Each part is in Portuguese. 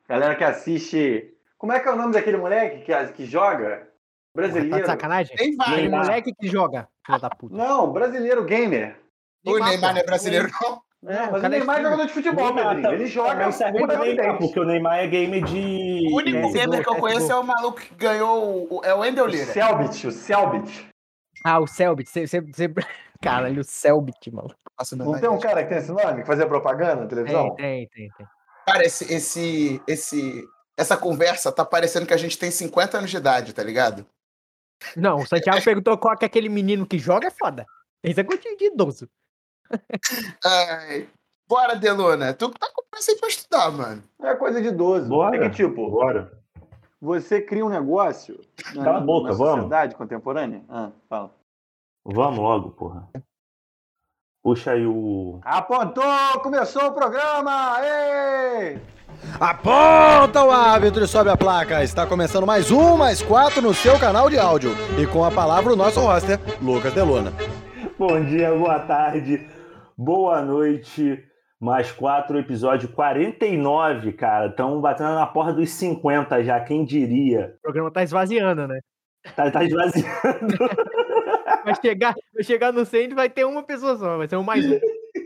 Galera que assiste. Como é que é o nome daquele moleque que joga? Brasileiro. Porra, tá de sacanagem? Neymar. Aquele moleque que joga, filho da puta. Não, brasileiro gamer. O Neymar não é brasileiro, não? Não, mas o cara Neymar é jogador de futebol, Pedrinho. Ele joga Também serve pro Neymar, porque o Neymar é game de... O único gamer que eu conheço é o maluco que ganhou. É o Wendel Lira. O Selbit. Ah, o Selbit. Caralho, o Selbit, mano. Não tem um cara que tem esse nome, que fazia propaganda na televisão? Tem. Cara, essa conversa tá parecendo que a gente tem 50 anos de idade, tá ligado? Não, o Santiago perguntou qual que é aquele menino que joga, é foda. Esse é continho de idoso. Ai, bora, Delona. Tu tá com pressa aí pra estudar, mano. É coisa de idoso. Bora, É que, tipo, bora. você cria um negócio Cala a boca, na vamos. sociedade contemporânea. Fala. Vamos logo, porra. Puxa aí o... Apontou! Começou o programa! Ei! Aponta o árbitro e sobe a placa. Está começando mais um, mais 4 no seu canal de áudio. E com a palavra o nosso roster, Lucas Delona. Bom dia, boa tarde, boa noite. Mais 4, episódio 49, cara. Estamos batendo na porra dos 50 já, quem diria. O programa tá esvaziando, né? Tá esvaziando. Vai chegar no centro, vai ter uma pessoa só, vai ser um mais um.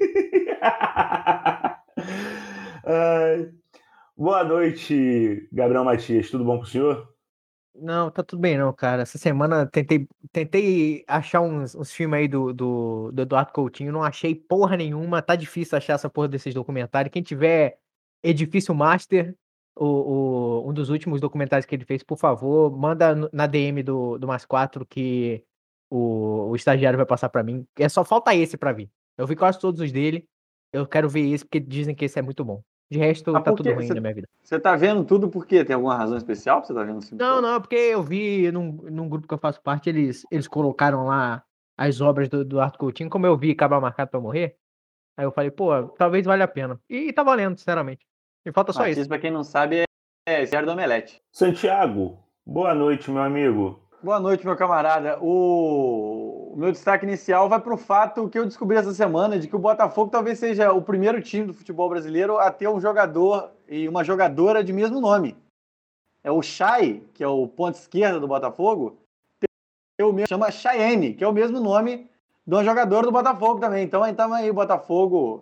Boa noite, Gabriel Matias. Tudo bom com o senhor? Não, tá tudo bem não, cara. Essa semana tentei achar uns filmes aí do Eduardo Coutinho, não achei porra nenhuma, tá difícil achar essa porra desses documentários. Quem tiver Edifício Master, um dos últimos documentários que ele fez, por favor, manda na DM do Mais 4 que o estagiário vai passar pra mim. Só falta esse pra vir. Eu vi quase todos os dele, eu quero ver esse porque dizem que esse é muito bom. De resto, tá tudo ruim na minha vida. Você tá vendo tudo por quê? Tem alguma razão especial pra você tá vendo assim? Não, porque eu vi num grupo que eu faço parte, eles colocaram lá as obras do Eduardo Coutinho, como eu vi acabar marcado pra morrer, aí eu falei, pô, talvez valha a pena. E tá valendo, sinceramente. E falta só isso. Pra quem não sabe, é Zé do Omelete. Santiago, boa noite, meu amigo. Boa noite, meu camarada. O meu destaque inicial vai para o fato que eu descobri essa semana de que o Botafogo talvez seja o primeiro time do futebol brasileiro a ter um jogador e uma jogadora de mesmo nome. É o Chay, que é o ponto esquerda do Botafogo, chama Chayenne, que é o mesmo nome de uma jogadora do Botafogo também. Então aí o Botafogo,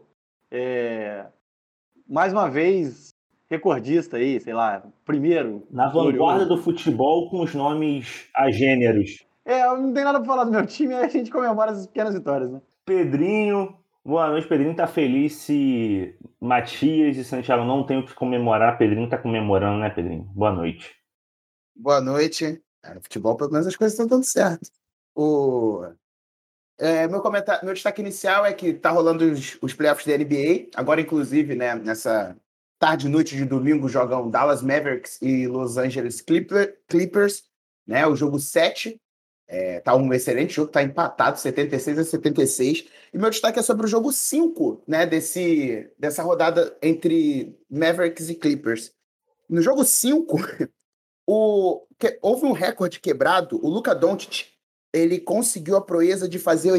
mais uma vez, recordista aí, sei lá, primeiro. Na vanguarda do futebol com os nomes agêneros. Não tem nada pra falar do meu time, aí a gente comemora essas pequenas vitórias, né? Pedrinho, boa noite. Pedrinho tá feliz se Matias e Santiago não tem o que comemorar. Pedrinho tá comemorando, né, Pedrinho? Boa noite. Boa noite. No futebol, pelo menos, as coisas estão dando certo. Meu destaque inicial é que tá rolando os playoffs da NBA. Agora, inclusive, né, nessa tarde e noite de domingo, jogam Dallas Mavericks e Los Angeles Clippers, né, o jogo 7. Tá um excelente jogo, tá empatado, 76-76. E meu destaque é sobre o jogo 5, né, dessa rodada entre Mavericks e Clippers. No jogo 5, houve um recorde quebrado. O Luka Doncic, ele conseguiu a proeza de fazer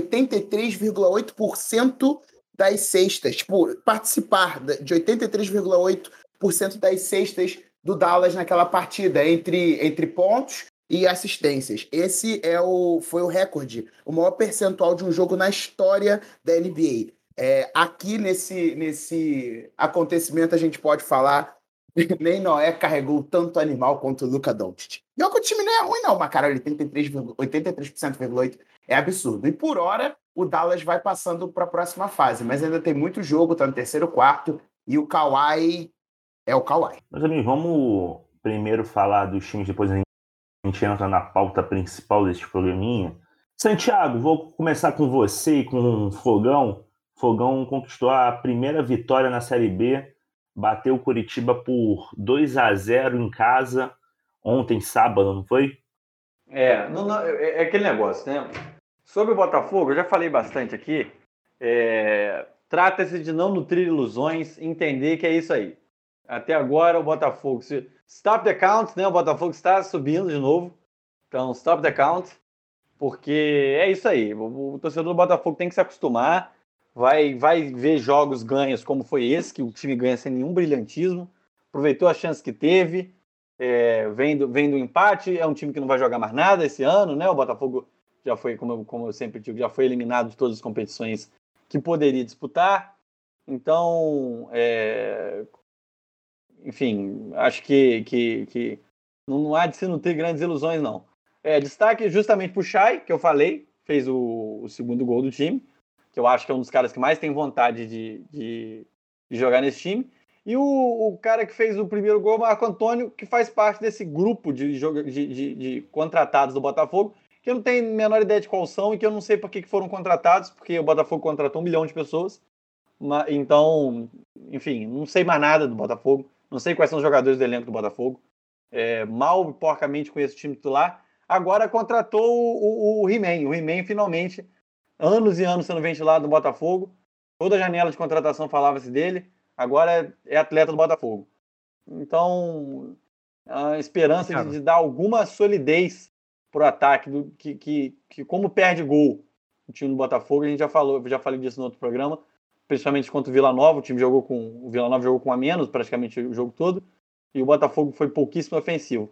83,8% das cestas, participar de 83,8% das cestas do Dallas naquela partida, entre pontos e assistências. Esse foi o recorde, o maior percentual de um jogo na história da NBA. Aqui nesse acontecimento a gente pode falar, nem Noé carregou tanto animal quanto o Luka Doncic. E o time não é ruim não, mas cara, 83,8% é absurdo. E por hora, o Dallas vai passando para a próxima fase, mas ainda tem muito jogo, tá no terceiro quarto, e o Kawhi é o Kawhi. Meus amigos, vamos primeiro falar dos times, depois a gente entra na pauta principal desse programinha. Santiago, vou começar com você e com o Fogão. Fogão conquistou a primeira vitória na Série B, bateu o Curitiba por 2-0 em casa, ontem, sábado, não foi? É aquele negócio, né? Sobre o Botafogo, eu já falei bastante aqui, trata-se de não nutrir ilusões, entender que é isso aí. Até agora o Botafogo, stop the count, né? O Botafogo está subindo de novo, então stop the count, porque é isso aí, o torcedor do Botafogo tem que se acostumar, vai ver jogos ganhos como foi esse, que o time ganha sem nenhum brilhantismo, aproveitou a chance que teve, vem do empate, é um time que não vai jogar mais nada esse ano, né? O Botafogo já foi, como eu sempre digo, já foi eliminado de todas as competições que poderia disputar. Então, enfim, acho que não há de se nutrir grandes ilusões, não. Destaque justamente para o Chay, que eu falei, fez o segundo gol do time, que eu acho que é um dos caras que mais tem vontade de jogar nesse time. E o cara que fez o primeiro gol, o Marco Antônio, que faz parte desse grupo de contratados do Botafogo, que eu não tenho a menor ideia de qual são e que eu não sei por que foram contratados, porque o Botafogo contratou 1 milhão de pessoas. Então, enfim, não sei mais nada do Botafogo, não sei quais são os jogadores do elenco do Botafogo. Mal e porcamente conheço o time titular. Agora contratou o He-Man. O He-Man, finalmente, anos e anos sendo ventilado no Botafogo. Toda janela de contratação falava-se dele. Agora é atleta do Botafogo. Então, a esperança de dar alguma solidez para o ataque, que como perde gol o time do Botafogo, a gente já falei disso no outro programa, principalmente contra o Vila Nova. O Vila Nova jogou com a menos praticamente o jogo todo, e o Botafogo foi pouquíssimo ofensivo.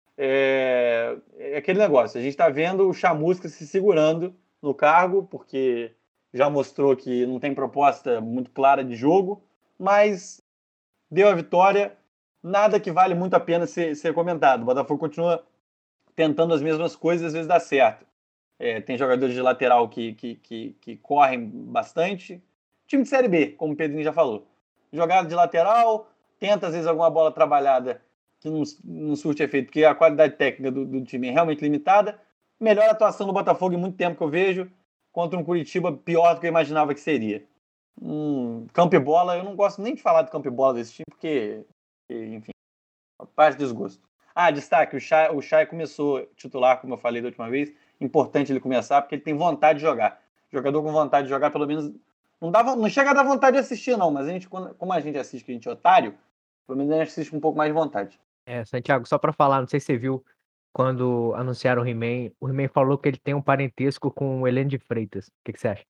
É aquele negócio, a gente está vendo o Chamusca se segurando no cargo, porque já mostrou que não tem proposta muito clara de jogo, mas deu a vitória, nada que vale muito a pena ser comentado. O Botafogo continua tentando as mesmas coisas, às vezes dá certo. Tem jogadores de lateral que correm bastante. Time de Série B, como o Pedrinho já falou. Jogada de lateral, tenta às vezes alguma bola trabalhada que não surte efeito, porque a qualidade técnica do time é realmente limitada. Melhor atuação do Botafogo em muito tempo que eu vejo, contra um Curitiba pior do que eu imaginava que seria. Campo e bola, eu não gosto nem de falar de campo e bola desse time, porque, enfim, parte de desgosto. Destaque, o Chay começou titular, como eu falei da última vez. Importante ele começar, porque ele tem vontade de jogar. Jogador com vontade de jogar, pelo menos, não chega a dar vontade de assistir, não, mas como a gente assiste, que a gente é otário, pelo menos a gente assiste com um pouco mais de vontade. Santiago, só pra falar, não sei se você viu, quando anunciaram o He-Man falou que ele tem um parentesco com o Heleno de Freitas. O que você acha?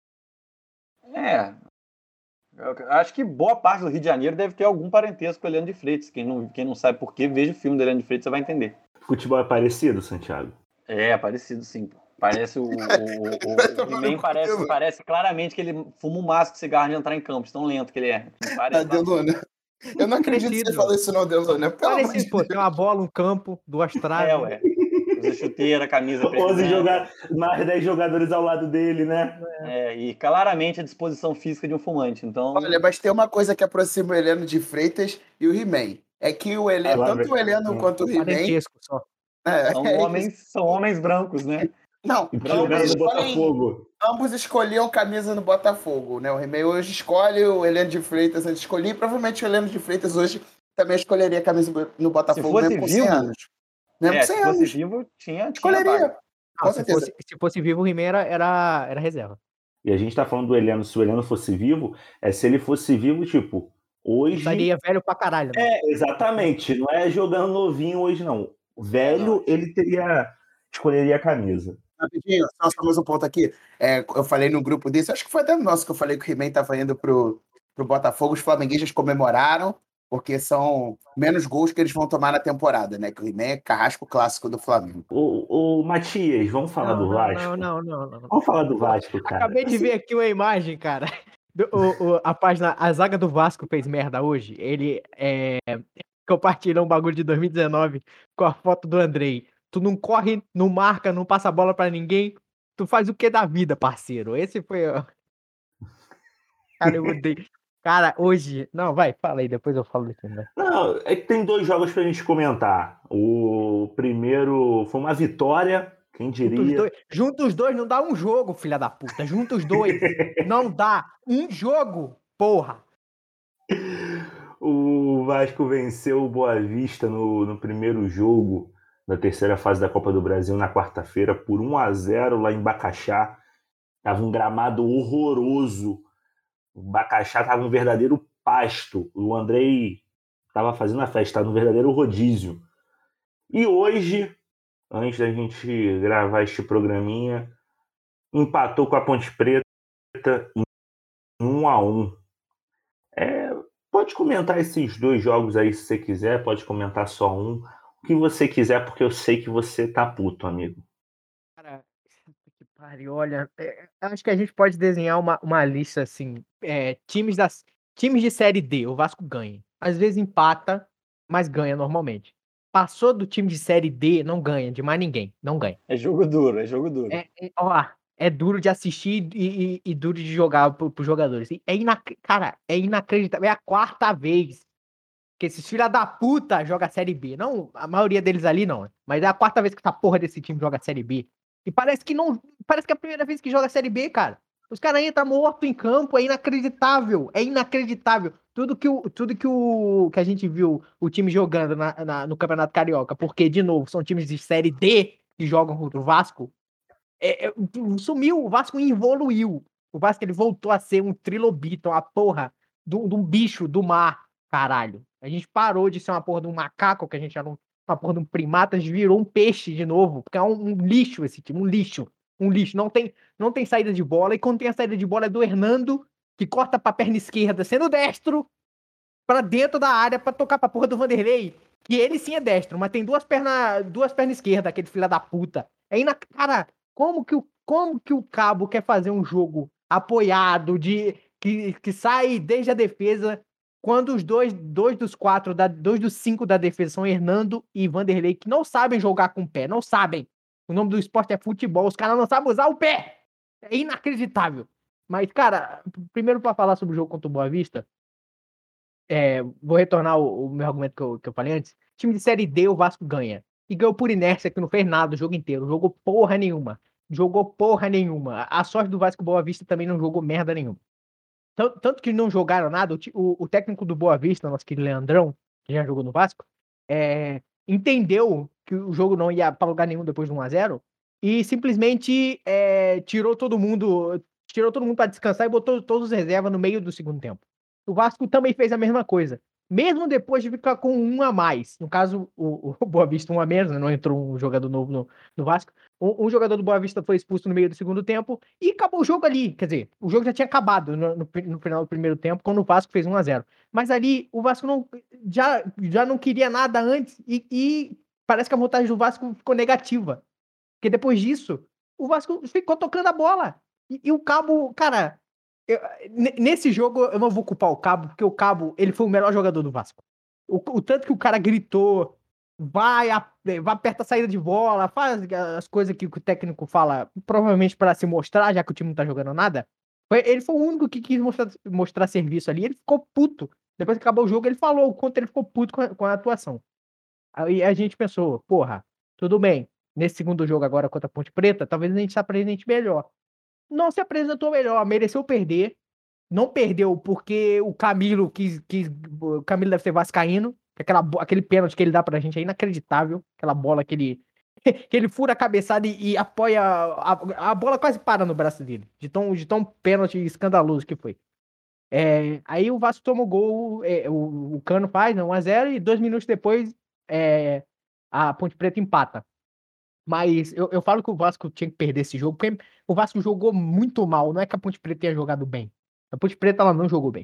Eu acho que boa parte do Rio de Janeiro deve ter algum parentesco com o Heleno de Freitas. Quem não sabe por quê, veja o filme do Heleno de Freitas, você vai entender. Futebol é parecido, Santiago? É parecido, sim. Parece o He-Man parece claramente que ele fuma um maço de cigarro de entrar em campo, tão lento que ele é. Delona. Eu não acredito que você falou isso não, Delona. Parecido, pô, tem uma bola, um campo, 2 traves. Usa chuteira, camisa... 11 mais 10 jogadores ao lado dele, né? E claramente a disposição física de um fumante, então... Olha, mas tem uma coisa que aproxima o Heleno de Freitas e o He-Man. É que o Heleno, tanto o Heleno quanto o He-Man... São homens brancos, né? Não, ambos escolhiam camisa no Botafogo, né? O He-Man hoje escolhe, o Heleno de Freitas antes escolhi, e provavelmente o Heleno de Freitas hoje também escolheria camisa no Botafogo, mesmo com 100 anos. Se fosse vivo, tinha escolheria. Com certeza. Se fosse vivo, o He-Man era reserva. E a gente tá falando do Heleno, se o Heleno fosse vivo, se ele fosse vivo, tipo, hoje... Estaria velho pra caralho. Né? Exatamente, não é jogando novinho hoje, não. Velho, ele escolheria a camisa. Rapidinho, só mais um ponto aqui. Eu falei no grupo desse, acho que foi até no nosso que eu falei que o He-Man estava indo pro Botafogo. Os flamenguistas comemoraram, porque são menos gols que eles vão tomar na temporada, né? Que o He-Man é carrasco clássico do Flamengo. Ô Matias, vamos falar do Vasco? Não. Vamos falar do Vasco, cara. Acabei de ver aqui uma imagem, cara. A página, a zaga do Vasco fez merda hoje. Ele compartilhou um bagulho de 2019 com a foto do Andrei. Tu não corre, não marca, não passa a bola pra ninguém. Tu faz o que da vida, parceiro? Esse foi... Cara, eu odeio. Cara, hoje... Não, vai, fala aí, depois eu falo disso. Né? Não, é que tem 2 jogos pra gente comentar. O primeiro foi uma vitória, quem diria... Junta os dois não dá um jogo, filha da puta. Junta os dois. Não dá um jogo, porra. O Vasco venceu o Boa Vista no primeiro jogo da terceira fase da Copa do Brasil na quarta-feira por 1-0 lá em Bacaxá. Tava um gramado horroroso. O Bacaxá tava um verdadeiro pasto. O Andrei tava fazendo a festa, tava um verdadeiro rodízio. E hoje, antes da gente gravar este programinha, empatou com a Ponte Preta em 1-1. pode comentar esses 2 jogos aí se você quiser, pode comentar só um. O que você quiser, porque eu sei que você tá puto, amigo. Cara, que pariu, olha, acho que a gente pode desenhar uma lista assim, times de Série D, o Vasco ganha. Às vezes empata, mas ganha normalmente. Passou do time de Série D, não ganha de mais ninguém, não ganha. É jogo duro, é jogo duro. É duro de assistir e duro de jogar pros jogadores. Cara, é inacreditável, é a 4ª vez que esses filha da puta joga a Série B. Não, a maioria deles ali não, mas é a 4ª vez que essa porra desse time joga a Série B. E parece que é a primeira vez que joga a Série B, cara. Os caras entram morto em campo, é inacreditável. É inacreditável. Tudo que a gente viu o time jogando no Campeonato Carioca, porque, de novo, são times de Série D que jogam contra o Vasco, sumiu, o Vasco evoluiu. O Vasco ele voltou a ser um trilobito, uma porra de um bicho do mar, caralho. A gente parou de ser uma porra de um macaco, que a gente era uma porra de um primata, a gente virou um peixe de novo, porque é um lixo esse time, um lixo. Não tem saída de bola, e quando tem a saída de bola é do Hernando, que corta pra perna esquerda, sendo destro, pra dentro da área, pra tocar pra porra do Vanderlei, que ele sim é destro, mas tem duas pernas esquerdas, aquele filho da puta. Cara, como que o Cabo quer fazer um jogo apoiado, que sai desde a defesa, quando os dois dos 5 da defesa são Hernando e Vanderlei, que não sabem jogar com o pé, não sabem. O nome do esporte é futebol, os caras não sabem usar o pé. É inacreditável. Mas, cara, primeiro pra falar sobre o jogo contra o Boa Vista, vou retornar o meu argumento que eu falei antes. Time de Série D, o Vasco ganha. E ganhou por inércia, que não fez nada o jogo inteiro. Jogou porra nenhuma. A sorte do Vasco Boa Vista também não jogou merda nenhuma. Tanto que não jogaram nada. O técnico do Boa Vista, nosso querido Leandrão, que já jogou no Vasco, entendeu que o jogo não ia para lugar nenhum depois de 1-0 e simplesmente tirou todo mundo para descansar e botou todos os reservas no meio do segundo tempo. O Vasco também fez a mesma coisa. Mesmo depois de ficar com 1 a mais. No caso, o Boa Vista 1 a menos, né? Não entrou um jogador novo no Vasco. Um jogador do Boa Vista foi expulso no meio do segundo tempo e acabou o jogo ali. Quer dizer, o jogo já tinha acabado no final do primeiro tempo, quando o Vasco fez 1 a 0. Mas ali, o Vasco já não queria nada antes e parece que a vontade do Vasco ficou negativa. Porque depois disso, o Vasco ficou tocando a bola. E o Cabo, cara... nesse jogo eu não vou culpar o Cabo, porque o Cabo ele foi o melhor jogador do Vasco. O tanto que o cara gritou, vai aperta a saída de bola, faz as coisas que o técnico fala, provavelmente para se mostrar, já que o time não tá jogando nada. Ele foi o único que quis mostrar serviço ali. Ele ficou puto. Depois que acabou o jogo, ele falou o quanto ele ficou puto com a atuação. Aí a gente pensou, porra, tudo bem. Nesse segundo jogo agora contra a Ponte Preta, talvez a gente se apresente melhor. Não se apresentou melhor, mereceu perder. Não perdeu porque o Camilo o Camilo deve ser vascaíno. Aquele pênalti que ele dá pra gente é inacreditável. Aquela bola que ele que ele fura a cabeçada e apoia a bola quase para no braço dele. De tão pênalti escandaloso que foi. Aí o Vasco toma o gol, o Cano faz 1-0 e 2 minutos depois a Ponte Preta empata. Mas eu falo que o Vasco tinha que perder esse jogo, porque o Vasco jogou muito mal. Não é que a Ponte Preta tenha jogado bem. A Ponte Preta ela não jogou bem.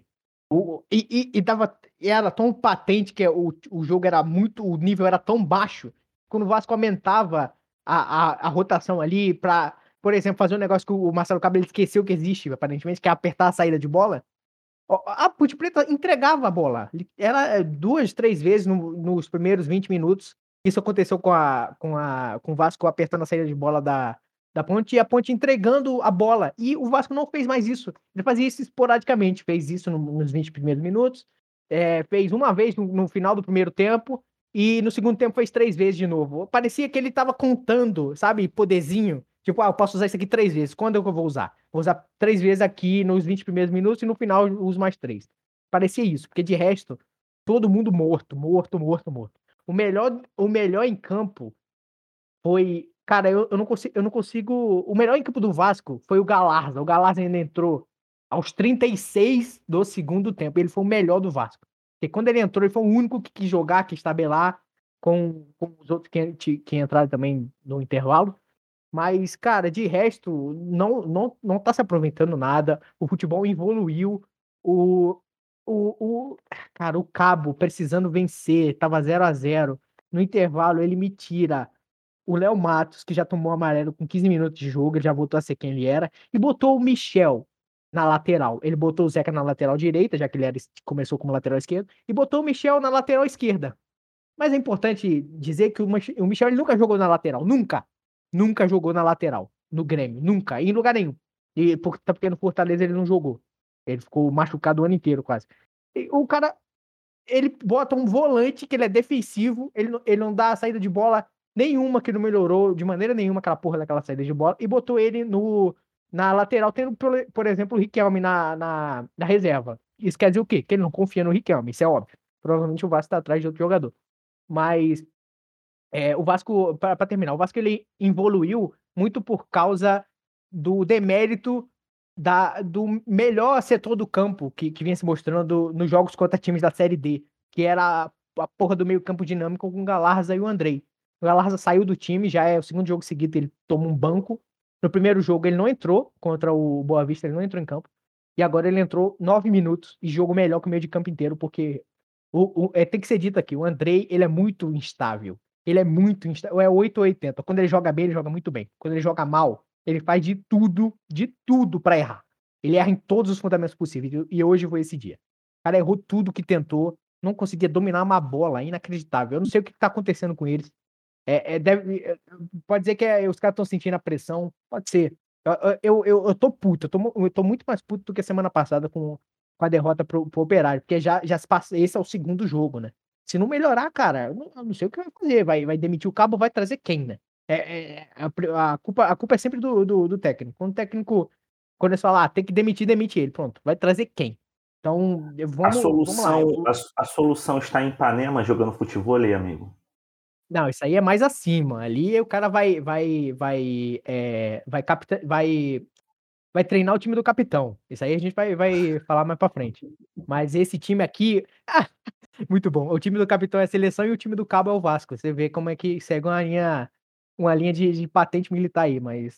Era tão patente que o jogo era o nível era tão baixo, quando o Vasco aumentava a rotação ali para, por exemplo, fazer um negócio que o Marcelo Cabelo esqueceu que existe, aparentemente, que é apertar a saída de bola. A Ponte Preta entregava a bola. Ela 2, 3 vezes nos primeiros 20 minutos. Isso aconteceu com o Vasco apertando a saída de bola da Ponte e a Ponte entregando a bola. E o Vasco não fez mais isso. Ele fazia isso esporadicamente. Fez isso nos 20 primeiros minutos. Fez uma vez no final do primeiro tempo. E no segundo tempo fez 3 vezes de novo. Parecia que ele tava contando, sabe? Poderzinho. Tipo, eu posso usar isso aqui 3 vezes. Quando é que eu vou usar? Vou usar 3 vezes aqui nos 20 primeiros minutos e no final eu uso mais 3. Parecia isso. Porque de resto, todo mundo morto. O melhor em campo foi... Cara, eu não consigo... O melhor em campo do Vasco foi o Galarza. O Galarza ainda entrou aos 36 do segundo tempo. Ele foi o melhor do Vasco. Porque quando ele entrou, ele foi o único que quis jogar, que estabelar com os outros que entraram também no intervalo. Mas, cara, de resto, não tá se aproveitando nada. O futebol evoluiu. Cara, o Cabo precisando vencer, tava 0-0. No intervalo, ele me tira o Léo Matos, que já tomou amarelo com 15 minutos de jogo, ele já voltou a ser quem ele era, e botou o Michel na lateral. Ele botou o Zeca na lateral direita, já que ele começou como lateral esquerdo, e botou o Michel na lateral esquerda. Mas é importante dizer que o Michel ele nunca jogou na lateral. Nunca. Nunca jogou na lateral. No Grêmio. Nunca. Em lugar nenhum. Porque no Fortaleza ele não jogou. Ele ficou machucado o ano inteiro, quase. E o cara, ele bota um volante que ele é defensivo. Ele não dá a saída de bola nenhuma, que não melhorou de maneira nenhuma aquela porra daquela saída de bola. E botou ele na lateral, tendo, por exemplo, o Riquelme na reserva. Isso quer dizer o quê? Que ele não confia no Riquelme. Isso é óbvio. Provavelmente o Vasco tá atrás de outro jogador. Mas o Vasco, para terminar, o Vasco ele evoluiu muito por causa do demérito do melhor setor do campo que vinha se mostrando nos jogos contra times da Série D, que era a porra do meio campo dinâmico com o Galarza e o Andrei. O Galarza saiu do time, já é o segundo jogo seguido, ele toma um banco. No primeiro jogo ele não entrou, contra o Boa Vista ele não entrou em campo, e agora ele entrou 9 minutos e jogo melhor que o meio de campo inteiro, porque tem que ser dito aqui, o Andrei, ele é muito instável. Ele é muito instável. É 8 ou 80. Quando ele joga bem, ele joga muito bem. Quando ele joga mal, ele faz de tudo pra errar. Ele erra em todos os fundamentos possíveis. E hoje foi esse dia. O cara errou tudo que tentou. Não conseguia dominar uma bola. Inacreditável. Eu não sei o que tá acontecendo com eles. Pode dizer que os caras estão sentindo a pressão. Pode ser. Eu tô puto. Eu tô muito mais puto do que a semana passada com a derrota pro Operário, porque já se passa, esse é o segundo jogo, né? Se não melhorar, cara, eu não sei o que vai fazer. Vai demitir o Cabo, vai trazer quem, né? A culpa é sempre do técnico. Quando eles falam, tem que demitir, demite ele. Pronto, vai trazer quem? Então, vamos lá. A solução está em Ipanema jogando futebol aí, amigo. Não, isso aí é mais acima. Ali o cara vai treinar o time do capitão. Isso aí a gente vai falar mais pra frente. Mas esse time aqui... muito bom. O time do capitão é a seleção e o time do Cabo é o Vasco. Você vê como é que segue uma linha de patente militar aí, mas...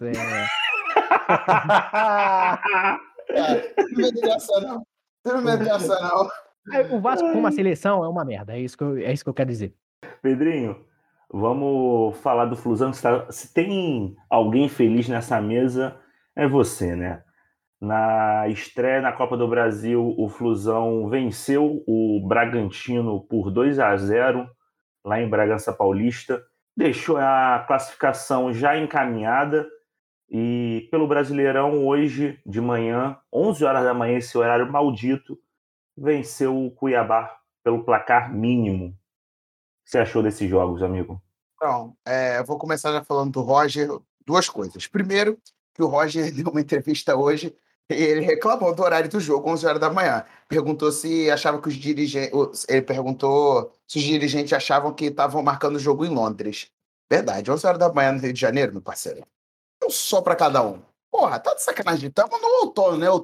Não me ameaça, não. O Vasco como a seleção é uma merda. É isso que eu quero dizer. Pedrinho, vamos falar do Flusão. Se tem alguém feliz nessa mesa, é você, né? Na estreia na Copa do Brasil, o Flusão venceu o Bragantino por 2-0 lá em Bragança Paulista, deixou a classificação já encaminhada e pelo Brasileirão hoje de manhã, 11 horas da manhã, esse horário maldito, venceu o Cuiabá pelo placar mínimo. O que você achou desses jogos, amigo? Então, eu vou começar já falando do Roger. Duas coisas. Primeiro, que o Roger deu uma entrevista hoje. Ele reclamou do horário do jogo, 11 horas da manhã. Perguntou se achava que os dirigentes... Ele perguntou se os dirigentes achavam que estavam marcando o jogo em Londres. Verdade, 11 horas da manhã no Rio de Janeiro, meu parceiro. Um sol para cada um. Porra, tá de sacanagem. Estamos no outono, né?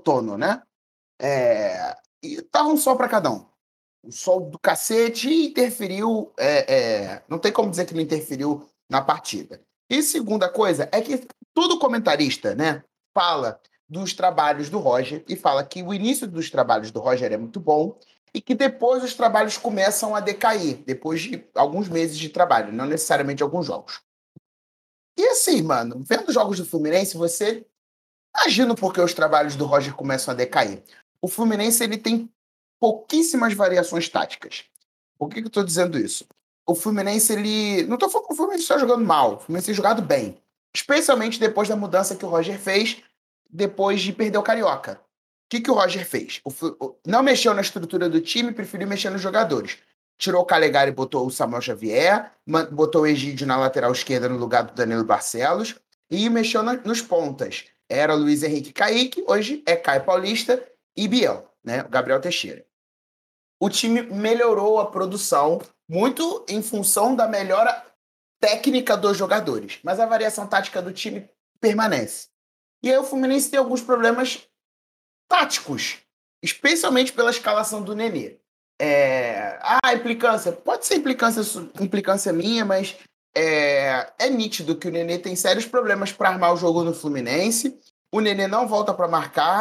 E tava um sol para cada um. O sol do cacete interferiu... não tem como dizer que não interferiu na partida. E segunda coisa é que todo comentarista, né, fala dos trabalhos do Roger e fala que o início dos trabalhos do Roger é muito bom e que depois os trabalhos começam a decair, depois de alguns meses de trabalho, não necessariamente alguns jogos. E assim, mano, vendo os jogos do Fluminense, você imagina por que os trabalhos do Roger começam a decair. O Fluminense ele tem pouquíssimas variações táticas. Por que eu estou dizendo isso? O Fluminense, ele... Não estou falando que o Fluminense está jogando mal, o Fluminense tem jogado bem. Especialmente depois da mudança que o Roger fez, depois de perder o Carioca. O que o Roger fez? Não mexeu na estrutura do time, preferiu mexer nos jogadores. Tirou o Calegari e botou o Samuel Xavier, botou o Egídio na lateral esquerda no lugar do Danilo Barcelos e mexeu nos pontas. Era Luiz Henrique Kaique, hoje é Caio Paulista e Biel, né? O Gabriel Teixeira. O time melhorou a produção muito em função da melhora técnica dos jogadores, mas a variação tática do time permanece. E aí o Fluminense tem alguns problemas táticos, especialmente pela escalação do Nenê. Implicância. Pode ser implicância minha, mas é nítido que o Nenê tem sérios problemas para armar o jogo no Fluminense. O Nenê não volta para marcar.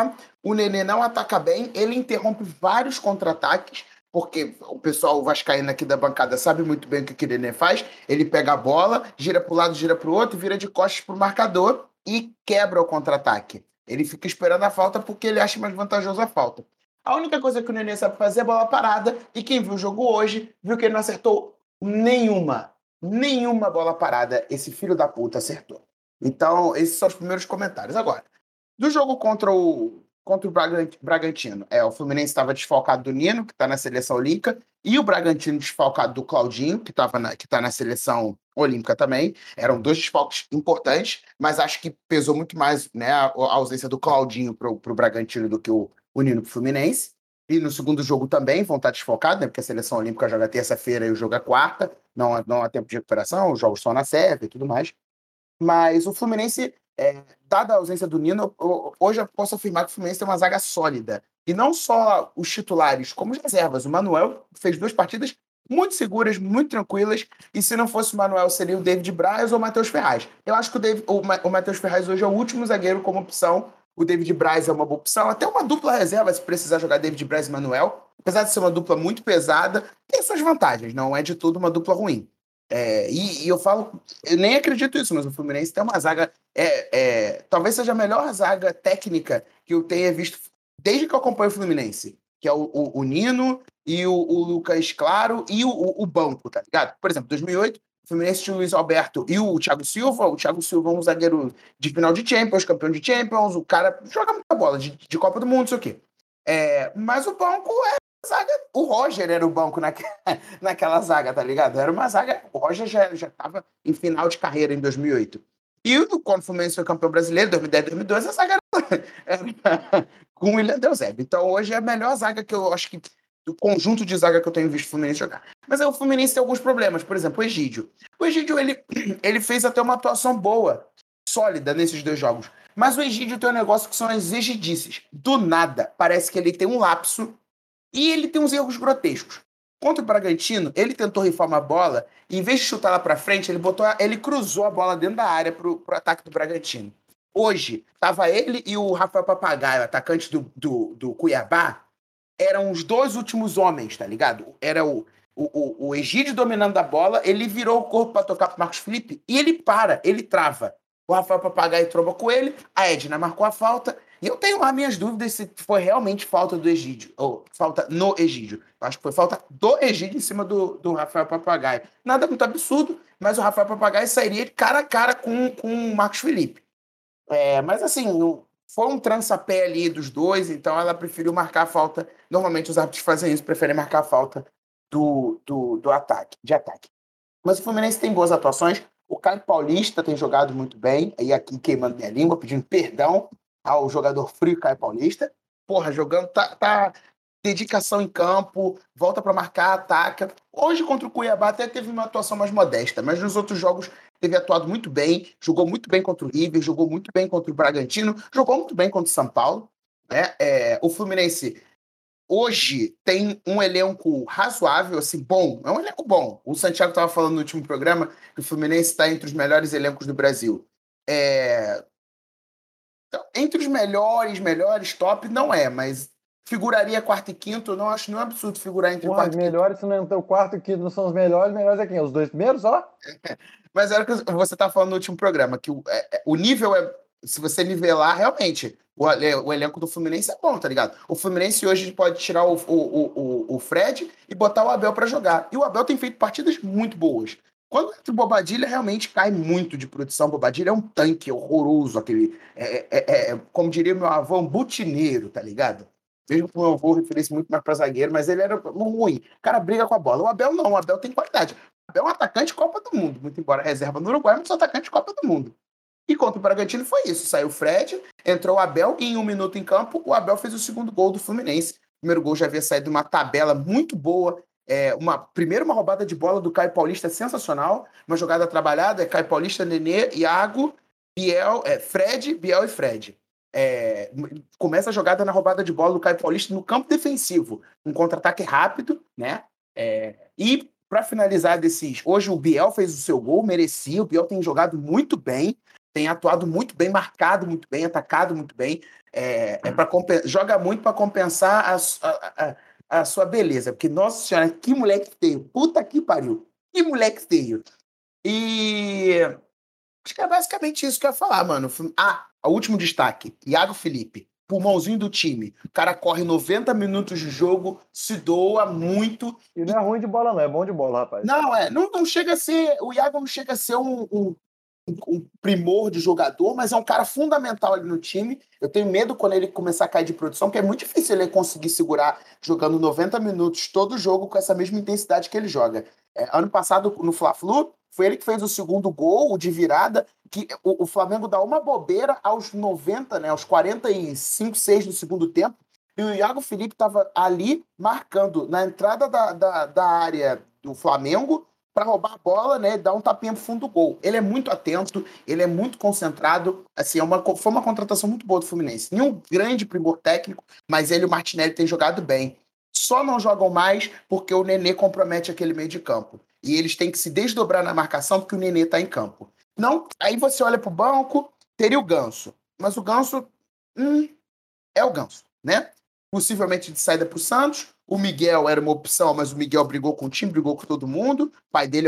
O Nenê não ataca bem, ele interrompe vários contra-ataques, porque o pessoal vascaíno aqui da bancada sabe muito bem o que o Nenê faz. Ele pega a bola, gira para o lado, gira para o outro, vira de costas para o marcador e quebra o contra-ataque. Ele fica esperando a falta porque ele acha mais vantajoso a falta. A única coisa que o Nenê sabe fazer é bola parada, e quem viu o jogo hoje viu que ele não acertou nenhuma bola parada. Esse filho da puta acertou. Então, esses são os primeiros comentários. Agora, do jogo contra o Bragantino, o Fluminense estava desfalcado do Nino, que está na seleção olímpica, e o Bragantino desfalcado do Claudinho, que está na seleção olímpica também. Eram 2 desfalques importantes, mas acho que pesou muito mais, né, a ausência do Claudinho para o Bragantino do que o Nino para o Fluminense. E no segundo jogo também vão estar desfocados, né, porque a seleção olímpica joga terça-feira e o jogo é quarta, não há tempo de recuperação, os jogos são na Sérvia e tudo mais. Mas o Fluminense, dada a ausência do Nino, hoje eu posso afirmar que o Fluminense tem uma zaga sólida. E não só os titulares, como as reservas. O Manuel fez 2 partidas muito seguras, muito tranquilas, e se não fosse o Manuel, seria o David Braz ou o Matheus Ferraz. Eu acho que o Matheus Ferraz hoje é o último zagueiro como opção. O David Braz é uma boa opção, até uma dupla reserva, se precisar jogar David Braz e Manuel. Apesar de ser uma dupla muito pesada, tem suas vantagens, não é de tudo uma dupla ruim. E eu falo, eu nem acredito isso, mas o Fluminense tem uma zaga, talvez seja a melhor zaga técnica que eu tenha visto desde que eu acompanho o Fluminense, que é o Nino e o Lucas Claro e o banco, tá ligado? Por exemplo, 2008, o Fluminense tinha o Luiz Alberto e o Thiago Silva. O Thiago Silva é um zagueiro de final de Champions, campeão de Champions, o cara joga muita bola, de Copa do Mundo, isso aqui. Mas o banco zaga. O Roger era o banco naquela zaga, tá ligado? Era uma zaga. O Roger já estava em final de carreira em 2008. E quando o Fluminense foi campeão brasileiro, 2010, 2012, a zaga era com o William Deuseb. Então hoje é a melhor zaga que eu acho que. Do conjunto de zaga que eu tenho visto o Fluminense jogar. Mas aí o Fluminense tem alguns problemas. Por exemplo, o Egídio. O Egídio, ele fez até uma atuação boa, sólida nesses 2 jogos. Mas o Egídio tem um negócio que são as egidices. Do nada, parece que ele tem um lapso e ele tem uns erros grotescos. Contra o Bragantino, ele tentou rifar uma bola e, em vez de chutar lá pra frente, ele cruzou a bola dentro da área pro ataque do Bragantino. Hoje, tava ele e o Rafael Papagaio, atacante do Cuiabá. Eram os 2 últimos homens, tá ligado? Era o Egídio dominando a bola, ele virou o corpo pra tocar pro Marcos Felipe e ele trava. O Rafael Papagaio tromba com ele, a Edna marcou a falta, e eu tenho lá minhas dúvidas se foi realmente falta do Egídio, ou falta no Egídio. Eu acho que foi falta do Egídio em cima do Rafael Papagaio. Nada muito absurdo, mas o Rafael Papagaio sairia de cara a cara com o Marcos Felipe. Mas assim, foi um trança-pé ali dos 2, então ela preferiu marcar a falta. Normalmente os árbitros fazem isso, preferem marcar a falta de ataque. Mas o Fluminense tem boas atuações. O Caio Paulista tem jogado muito bem, aí aqui queimando minha língua, pedindo perdão ao jogador frio Caio Paulista. Porra, jogando, tá dedicação em campo, volta para marcar, ataca. Hoje contra o Cuiabá até teve uma atuação mais modesta, mas nos outros jogos teve atuado muito bem, jogou muito bem contra o River, jogou muito bem contra o Bragantino, jogou muito bem contra o São Paulo. Né? O Fluminense hoje tem um elenco razoável, assim, bom. É um elenco bom. O Santiago estava falando no último programa que o Fluminense está entre os melhores elencos do Brasil. Então, entre os melhores, top, não é, mas figuraria quarto e quinto, eu não acho nenhum absurdo figurar entre quarto e quinto. Melhores, se não é o quarto e quinto não são os melhores é quem? Os 2 primeiros, ó? Mas era o que você estava falando no último programa, que o nível se você nivelar, realmente, o elenco do Fluminense é bom, tá ligado? O Fluminense hoje pode tirar o Fred e botar o Abel para jogar. E o Abel tem feito partidas muito boas. Quando entra o Bobadilla, realmente cai muito de produção. O Bobadilla é um tanque horroroso, como diria meu avô, um butineiro, tá ligado? Mesmo que o meu avô referisse muito mais para zagueiro, mas ele era ruim. O cara briga com a bola. O Abel não, o Abel tem qualidade. O Abel é um atacante de Copa do Mundo, muito embora reserva no Uruguai, mas é um atacante de Copa do Mundo. E contra o Bragantino foi isso. Saiu o Fred, entrou o Abel e em 1 minuto em campo, o Abel fez o segundo gol do Fluminense. O primeiro gol já havia saído de uma tabela muito boa. Primeiro uma roubada de bola do Caio Paulista sensacional. Uma jogada trabalhada, Caio Paulista, Nenê, Iago, Biel, Biel e Fred. Começa a jogada na roubada de bola do Caio Paulista no campo defensivo. Um contra-ataque rápido, né? E para finalizar hoje o Biel fez o seu gol, merecia. O Biel tem jogado muito bem. tem atuado muito bem, marcado muito bem, atacado muito bem. Joga muito para compensar a sua beleza. Porque, nossa senhora, que moleque feio. Puta que pariu. Que moleque feio. E acho que é basicamente isso que eu ia falar, mano. O último destaque. Iago Felipe, pulmãozinho do time. O cara corre 90 minutos de jogo, se doa muito. E não é ruim de bola, não. É bom de bola, rapaz. Não chega a ser... O Iago não chega a ser um primor de jogador, mas é um cara fundamental ali no time. Eu tenho medo quando ele começar a cair de produção, porque é muito difícil ele conseguir segurar jogando 90 minutos todo jogo com essa mesma intensidade que ele joga. Ano passado, no Fla-Flu, foi ele que fez o segundo gol, o de virada, que o Flamengo dá uma bobeira aos 90, né, aos 45, 6 do segundo tempo, e o Iago Felipe estava ali marcando na entrada da área do Flamengo para roubar a bola, né, dar um tapinha pro fundo do gol. Ele é muito atento, ele é muito concentrado, assim, foi uma contratação muito boa do Fluminense. Nenhum grande primor técnico, mas ele e o Martinelli têm jogado bem. Só não jogam mais porque o Nenê compromete aquele meio de campo. E eles têm que se desdobrar na marcação porque o Nenê está em campo. Não, aí você olha pro banco, teria o Ganso. Mas o Ganso é o Ganso, né? Possivelmente de saída pro Santos. O Miguel era uma opção, mas o Miguel brigou com o time, brigou com todo mundo. O pai dele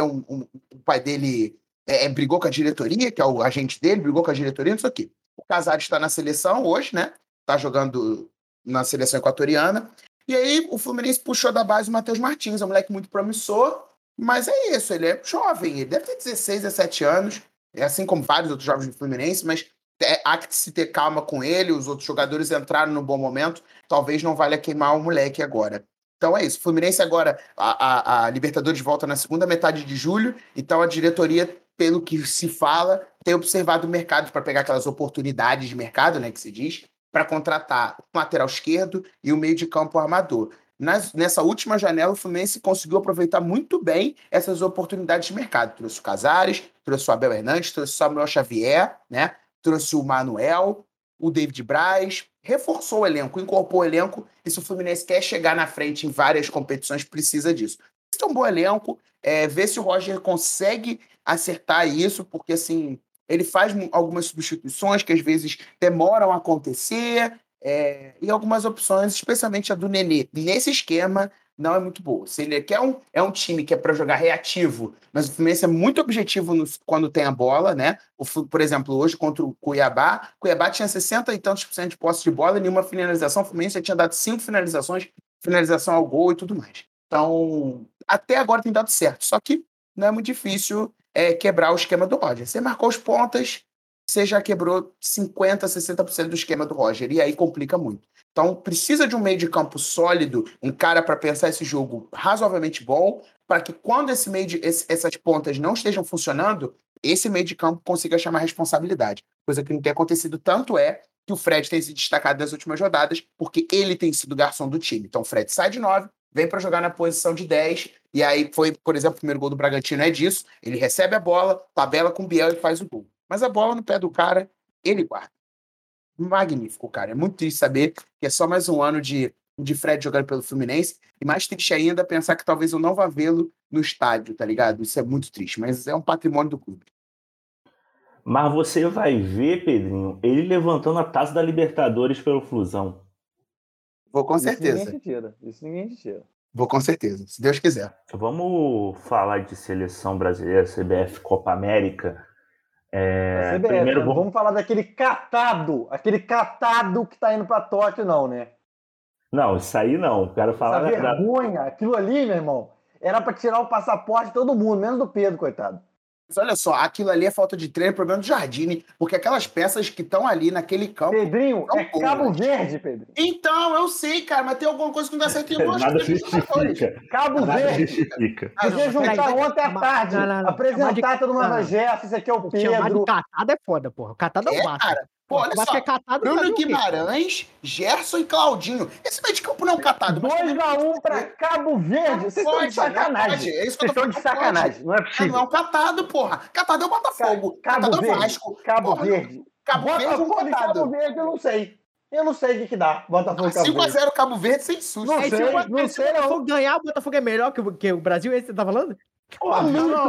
brigou com a diretoria, que é o agente dele, brigou com a diretoria, não sei o quê. O Casares está na seleção hoje, né? Tá jogando na seleção equatoriana. E aí o Fluminense puxou da base o Matheus Martins, é um moleque muito promissor, mas é isso, ele é jovem, ele deve ter 16, 17 anos, assim como vários outros jovens do Fluminense, mas há que se ter calma com ele, os outros jogadores entraram no bom momento, talvez não valha queimar o moleque agora. Então é isso, o Fluminense agora, a Libertadores volta na segunda metade de julho, então a diretoria, pelo que se fala, tem observado o mercado para pegar aquelas oportunidades de mercado, né, que se diz, para contratar o lateral esquerdo e o meio de campo armador. Nessa última janela, o Fluminense conseguiu aproveitar muito bem essas oportunidades de mercado. Trouxe o Casares, trouxe o Abel Hernandes, trouxe o Samuel Xavier, né? Trouxe o Manuel, o David Braz, reforçou o elenco, incorporou o elenco, e se o Fluminense quer chegar na frente em várias competições, precisa disso. Esse é um bom elenco, ver se o Roger consegue acertar isso, porque assim, ele faz algumas substituições que às vezes demoram a acontecer, e algumas opções, especialmente a do Nenê, nesse esquema, não é muito boa. Se ele quer um time que é para jogar reativo, mas o Fluminense é muito objetivo quando tem a bola, né? Por exemplo, hoje contra o Cuiabá tinha 60 e tantos % de posse de bola e nenhuma finalização. O Fluminense já tinha dado 5 finalizações, finalização ao gol e tudo mais. Então, até agora tem dado certo. Só que não é muito difícil quebrar o esquema do Roger. Você marcou os pontas, você já quebrou 50%, 60% do esquema do Roger, e aí complica muito. Então, precisa de um meio de campo sólido, um cara para pensar esse jogo razoavelmente bom, para que quando essas pontas não estejam funcionando, esse meio de campo consiga chamar responsabilidade. Coisa que não tem acontecido, tanto é que o Fred tem se destacado nas últimas rodadas, porque ele tem sido garçom do time. Então, o Fred sai de 9, vem para jogar na posição de 10, e aí foi, por exemplo, o primeiro gol do Bragantino é disso, ele recebe a bola, tabela com o Biel e faz o gol. Mas a bola no pé do cara, ele guarda. Magnífico, cara. É muito triste saber que é só mais um ano de Fred jogando pelo Fluminense, e mais triste ainda pensar que talvez eu não vá vê-lo no estádio, tá ligado? Isso é muito triste, mas é um patrimônio do clube. Mas você vai ver, Pedrinho, ele levantando a taça da Libertadores pelo Flusão. Vou com certeza. Isso ninguém te tira. Vou com certeza, se Deus quiser. Vamos falar de seleção brasileira, CBF, Copa América. CBF, primeiro vamos falar daquele catado que tá indo pra Tóquio, não, né? Não, isso aí não. Quero falar essa vergonha, aquilo ali, meu irmão, era pra tirar o passaporte de todo mundo, menos do Pedro, coitado. Mas olha só, aquilo ali é falta de treino, problema do Jardine, porque aquelas peças que estão ali naquele campo... Pedrinho, é Cabo Verde, Pedro. Então, eu sei, cara, mas tem alguma coisa que não dá certo em duas Nada justifica. Cabo Verde. Podia juntar ontem à tarde, apresentar todo mundo, Gerson, esse aqui é o Pedro. Chamar de catado é foda, porra. O catado é o Vasco. Cara. Pô, olha só, Bruno Guimarães, Gerson e Claudinho. Esse meio de campo não é um catado. 2-1 pra Cabo Verde. Vocês estão de sacanagem. Vocês estão de sacanagem. Não é possível. Não é um catado, porra. Catado é o Botafogo. Catado é o Vasco. Cabo Verde. Cabo Verde é um catado. Cabo Verde, eu não sei. Eu não sei o que dá. Botafogo 5-0 Cabo Verde sem susto. Não sei, se o Botafogo ganhar, o Botafogo é melhor que o Brasil? É isso que você tá falando? Vamos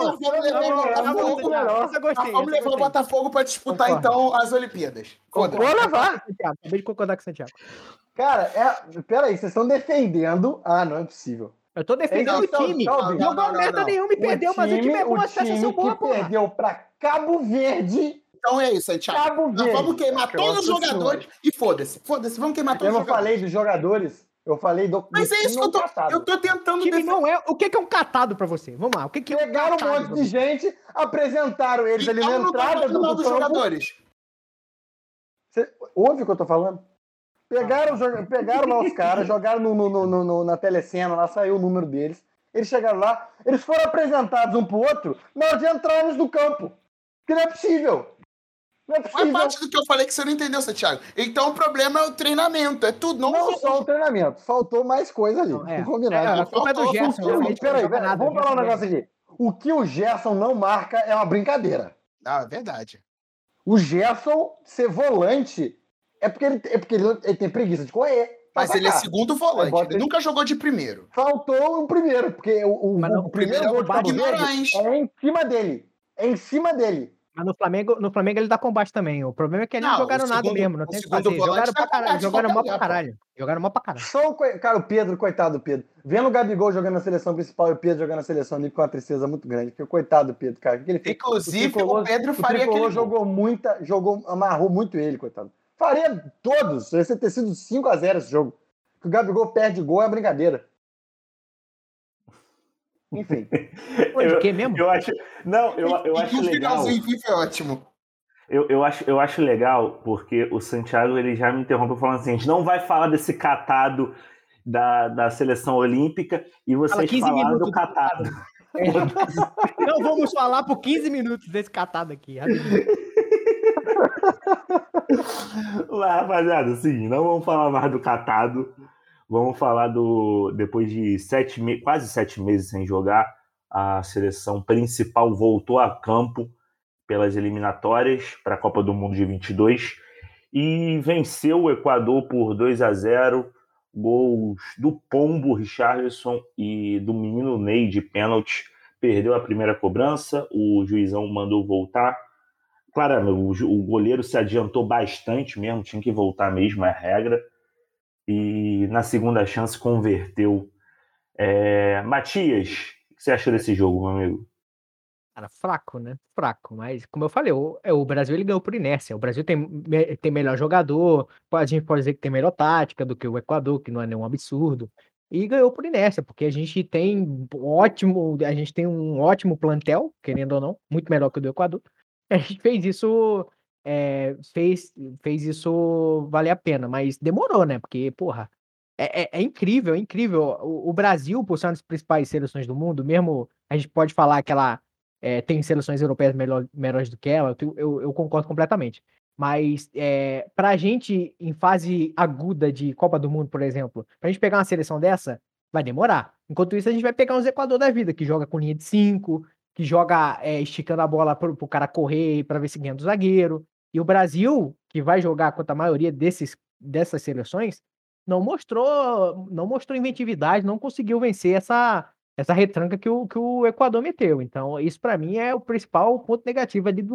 levar o Botafogo para disputar, então, as Olimpíadas. Vou levar. Acabei de concordar com o Santiago. Cara, peraí, vocês estão defendendo... Ah, não é possível. Eu tô defendendo o time. Não jogou merda nenhuma e perdeu, mas o time é bom, as peças são boas, porra. Perdeu pra Cabo Verde. Então é isso, Santiago. Cabo Verde. Vamos queimar todos os jogadores e foda-se. Foda-se, vamos queimar todos os jogadores. Eu não falei dos jogadores. Eu falei do. Mas é isso que eu tô tentando. Time não é. O que é um catado pra você? Vamos lá. O que é um catado? Pegaram um monte de gente, apresentaram eles ali na entrada dos jogadores. Você ouve o que eu tô falando? Pegaram lá os caras, jogaram na telecena, lá saiu o número deles. Eles chegaram lá, eles foram apresentados um pro outro na hora de entrarmos no campo. Que não é possível. Não é possível. Faz parte do que eu falei que você não entendeu, Santiago. Então o problema é o treinamento, é tudo. Não só o treinamento, faltou mais coisa ali. Combinado. A culpa é do Gerson. Peraí, vamos falar um negócio aqui. O que o Gerson não marca é uma brincadeira. Ah, é verdade. O Gerson ser volante é porque ele tem preguiça de correr. Mas ele é segundo volante, ele nunca jogou de primeiro. Faltou o primeiro, porque o primeiro gol de Guimarães é em cima dele. É em cima dele. Mas no Flamengo ele dá combate também. O problema é que eles não jogaram nada mesmo. Não tem o que fazer. Jogaram pra caralho. Jogaram mal pra caralho. Jogaram mal pra caralho. Cara, o Pedro, coitado do Pedro. Vendo o Gabigol jogando na seleção principal e o Pedro jogando na seleção ali com uma tristeza muito grande. Porque coitado do Pedro, cara. Que ele fez? Inclusive, o Pedro faria aquele amarrou muito ele, coitado. Faria todos. Ia ter sido 5-0 esse jogo. Que o Gabigol perde gol é brincadeira. Enfim. De quê mesmo? Eu acho legal. Foi ótimo. Eu acho legal porque o Santiago ele já me interrompeu falando assim: a gente não vai falar desse catado da seleção olímpica e vocês falaram do catado. Não vamos falar por 15 minutos desse catado aqui. Lá, rapaziada, assim, não vamos falar mais do catado. Vamos falar depois de quase 7 meses sem jogar, a seleção principal voltou a campo pelas eliminatórias para a Copa do Mundo de 22 e venceu o Equador por 2-0, gols do Pombo Richarlison e do menino Ney de pênalti. Perdeu a primeira cobrança, o juizão mandou voltar. Claro, o goleiro se adiantou bastante mesmo, tinha que voltar mesmo, é a regra. E na segunda chance converteu. Matias, o que você achou desse jogo, meu amigo? Cara, fraco, né? Fraco, mas como eu falei, o Brasil ele ganhou por inércia. O Brasil tem melhor jogador, a gente pode dizer que tem melhor tática do que o Equador, que não é nenhum absurdo, e ganhou por inércia, porque a gente tem um ótimo plantel, querendo ou não, muito melhor que o do Equador. A gente fez isso. Fez isso valer a pena, mas demorou, né? Porque, porra, é incrível, é incrível. O Brasil, por ser uma das principais seleções do mundo, mesmo a gente pode falar que ela tem seleções europeias melhores do que ela, eu concordo completamente. Mas pra gente, em fase aguda de Copa do Mundo, por exemplo, pra gente pegar uma seleção dessa, vai demorar. Enquanto isso, a gente vai pegar uns Equador da vida, que joga com linha de 5, que joga esticando a bola pro cara correr pra ver se ganha do zagueiro. E o Brasil, que vai jogar contra a maioria dessas seleções, não mostrou inventividade, não conseguiu vencer essa retranca que o Equador meteu. Então, isso para mim é o principal ponto negativo ali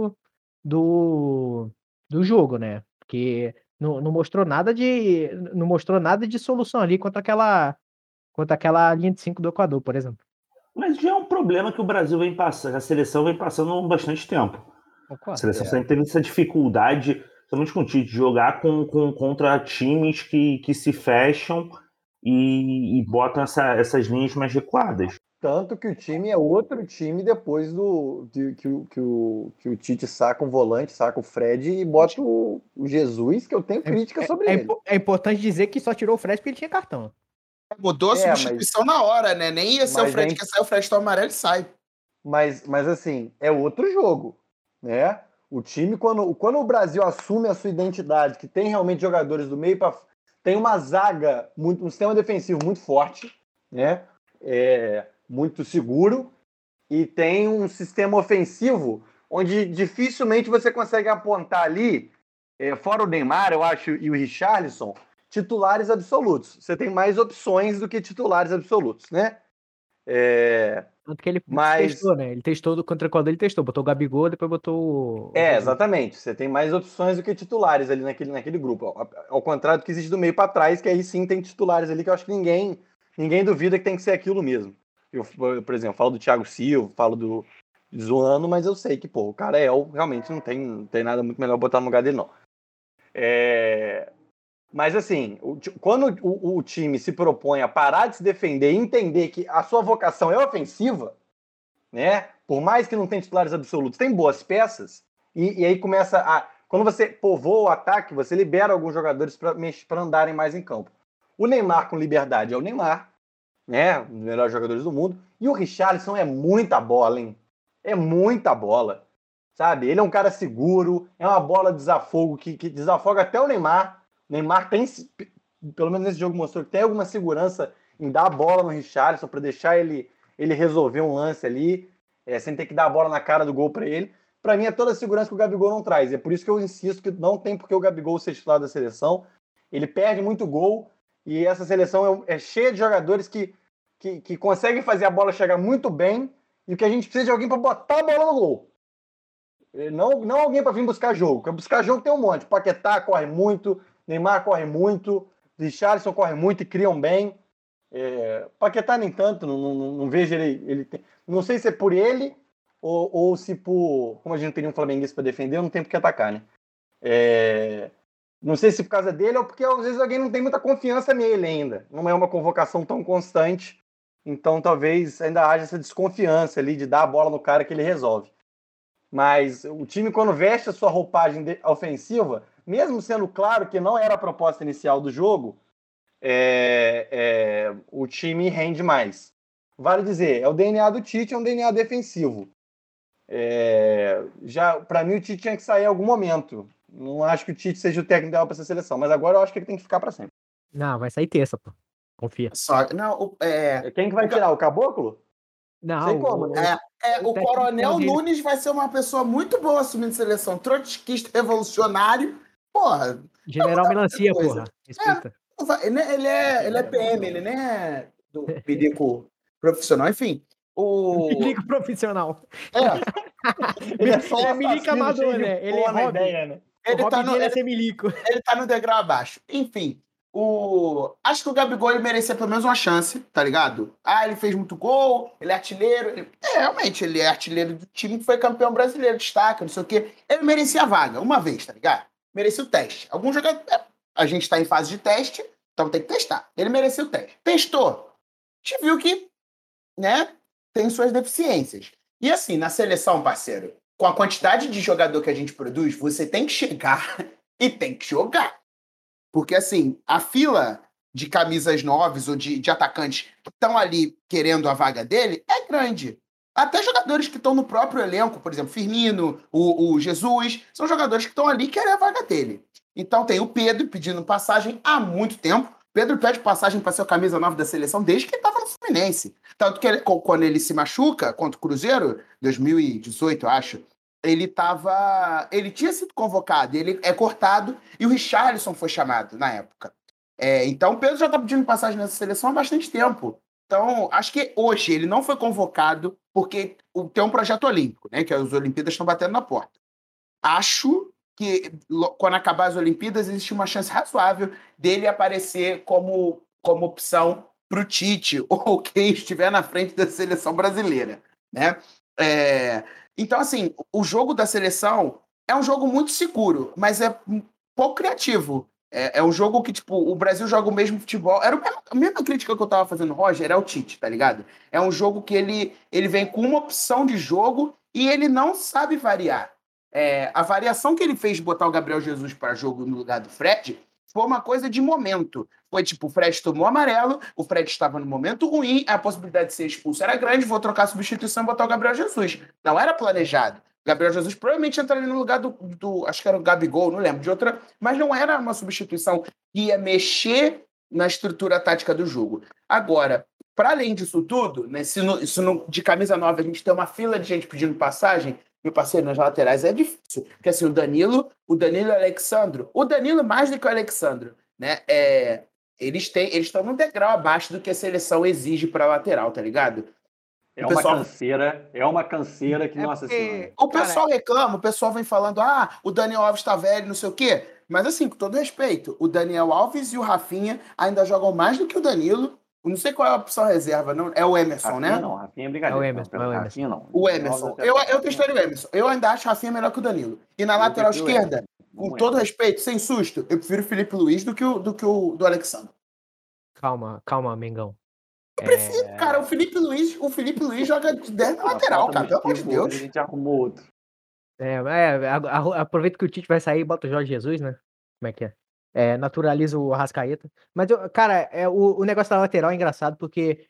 do jogo, né? Porque não mostrou nada de solução ali contra aquela linha de 5 do Equador, por exemplo. Mas já é um problema que o Brasil vem passando, a seleção vem passando há bastante tempo. A seleção sempre teve essa dificuldade, somente com o Tite, de jogar contra times que se fecham e botam essas linhas mais recuadas. Tanto que o time é outro time depois que o Tite saca um volante, saca o Fred e bota o Jesus, que eu tenho crítica sobre ele. É importante dizer que só tirou o Fred porque ele tinha cartão. Mudou a substituição na hora, né? Nem ia ser o Fred que sai, o Fred toma amarelo e sai. Mas assim, é outro jogo. Né? O time, quando o Brasil assume a sua identidade, que tem realmente jogadores do meio para tem uma zaga, um sistema defensivo muito forte, né? Muito seguro, e tem um sistema ofensivo onde dificilmente você consegue apontar ali, fora o Neymar, eu acho, e o Richarlison, titulares absolutos. Você tem mais opções do que titulares absolutos, né? Tanto que ele Mas- testou, né? Ele testou contra o Equador, ele testou. Botou o Gabigol, depois botou o Exatamente. Você tem mais opções do que titulares ali naquele grupo. Ao contrário do que existe do meio para trás, que aí sim tem titulares ali, que eu acho que ninguém duvida que tem que ser aquilo mesmo. Eu, por exemplo, falo do Thiago Silva, falo do Zoano, mas eu sei que, pô, o cara realmente não tem nada muito melhor botar no lugar dele, não. Mas assim, quando o time se propõe a parar de se defender e entender que a sua vocação é ofensiva, né? Por mais que não tenha titulares absolutos, tem boas peças, e aí começa a... Quando você povoa o ataque, você libera alguns jogadores para andarem mais em campo. O Neymar com liberdade é o Neymar, né? Um dos melhores jogadores do mundo. E o Richarlison é muita bola, hein? É muita bola, sabe? Ele é um cara seguro, é uma bola de desafogo que desafoga até o Neymar. O Neymar tem, pelo menos nesse jogo mostrou que tem alguma segurança em dar a bola no Richarlison para deixar ele resolver um lance ali, sem ter que dar a bola na cara do gol para ele. Para mim é toda a segurança que o Gabigol não traz. É por isso que eu insisto que não tem porque o Gabigol ser titular da seleção. Ele perde muito gol e essa seleção é cheia de jogadores que conseguem fazer a bola chegar muito bem, e o que a gente precisa de alguém para botar a bola no gol. Não alguém para vir buscar jogo. Para buscar jogo tem um monte. Paquetá corre muito, Neymar corre muito, Richarlison corre muito e criam bem. Paquetá nem tanto, não vejo ele tem... Não sei se é por ele ou se por... Como a gente não teria um flamenguista para defender, não tem por que atacar, né? Não sei se por causa dele ou porque às vezes alguém não tem muita confiança nele ainda. Não é uma convocação tão constante, então talvez ainda haja essa desconfiança ali de dar a bola no cara que ele resolve. Mas o time, quando veste a sua roupagem ofensiva, mesmo sendo claro que não era a proposta inicial do jogo, o time rende mais. Vale dizer, é o DNA do Tite, é um DNA defensivo. Já para mim o Tite tinha que sair em algum momento. Não acho que o Tite seja o técnico ideal para essa seleção, mas agora eu acho que ele tem que ficar para sempre. Não, vai sair terça, pô. Confia. Quem que vai tirar? O Caboclo? Não, Sei como, né? O Coronel Nunes vai ser uma pessoa muito boa assumindo seleção. Trotskista revolucionário. Porra. General Melancia, porra. Respeita. Ele é PM, ele nem é do milico profissional. Enfim. Milico profissional. Ele é só milico amador, né? Ele é hobby. Ideia, né? Ele é ser milico. Ele tá no degrau abaixo. Enfim. Acho que o Gabigol ele merecia pelo menos uma chance, tá ligado? Ele fez muito gol, ele é artilheiro. Realmente, ele é artilheiro do time que foi campeão brasileiro, destaca, não sei o quê. Ele merecia a vaga, uma vez, tá ligado? Merecia o teste. Alguns jogadores. A gente tá em fase de teste, então tem que testar. Ele merecia o teste. Testou. A gente viu que, né, tem suas deficiências. E assim, na seleção, parceiro, com a quantidade de jogador que a gente produz, você tem que chegar e tem que jogar. Porque, assim, a fila de camisas 9 ou de atacantes que estão ali querendo a vaga dele é grande. Até jogadores que estão no próprio elenco, por exemplo, Firmino, o Jesus, são jogadores que estão ali querendo a vaga dele. Então tem o Pedro pedindo passagem há muito tempo. Pedro pede passagem para ser a camisa 9 da seleção desde que ele estava no Fluminense. Tanto que quando ele se machuca contra o Cruzeiro, 2018, eu acho, ele tinha sido convocado, ele é cortado, e o Richarlison foi chamado na época. Então o Pedro já está pedindo passagem nessa seleção há bastante tempo. Então, acho que hoje ele não foi convocado porque tem um projeto olímpico, né? Que as Olimpíadas estão batendo na porta. Acho que quando acabar as Olimpíadas existe uma chance razoável dele aparecer como opção para o Tite ou quem estiver na frente da seleção brasileira, né? Então, assim, o jogo da seleção é um jogo muito seguro, mas é pouco criativo. É um jogo que, tipo, o Brasil joga o mesmo futebol. A mesma crítica que eu tava fazendo, Roger, é o Tite, tá ligado? É um jogo que ele vem com uma opção de jogo e ele não sabe variar. A variação que ele fez de botar o Gabriel Jesus para jogo no lugar do Fred foi uma coisa de momento. Foi tipo, o Fred tomou amarelo, o Fred estava no momento ruim, a possibilidade de ser expulso era grande, vou trocar a substituição e botar o Gabriel Jesus. Não era planejado. O Gabriel Jesus provavelmente entraria no lugar do acho que era o Gabigol, não lembro, de outra, mas não era uma substituição que ia mexer na estrutura tática do jogo. Agora, para além disso tudo, né, de camisa 9 a gente tem uma fila de gente pedindo passagem, meu parceiro, nas laterais é difícil. Porque assim, o Danilo e o Alexandro, o Danilo mais do que o Alexandro, né? Eles estão num degrau abaixo do que a seleção exige para lateral, tá ligado? É uma canseira que, nossa senhora. O pessoal reclama, o pessoal vem falando, o Daniel Alves tá velho, não sei o quê. Mas assim, com todo respeito, o Daniel Alves e o Rafinha ainda jogam mais do que o Danilo. Não sei qual é a opção reserva, não. É o Emerson, Rafinha, né? Não, Rafinha é brincadeira. É o Emerson, Rafinha não. O Emerson. Eu testaria o Emerson. Eu ainda acho o Rafinha melhor que o Danilo. E na lateral esquerda, com todo respeito, sem susto, eu prefiro o Felipe Luiz do que o do Alexandre. Calma, Mengão. Eu prefiro, cara, o Felipe Luiz joga de 10 na lateral, cara, pelo amor de Deus. A gente arrumou outro. Aproveita que o Tite vai sair e bota o Jorge Jesus, né? Como é que é? Naturaliza o Arrascaeta. Mas, cara, o negócio da lateral é engraçado porque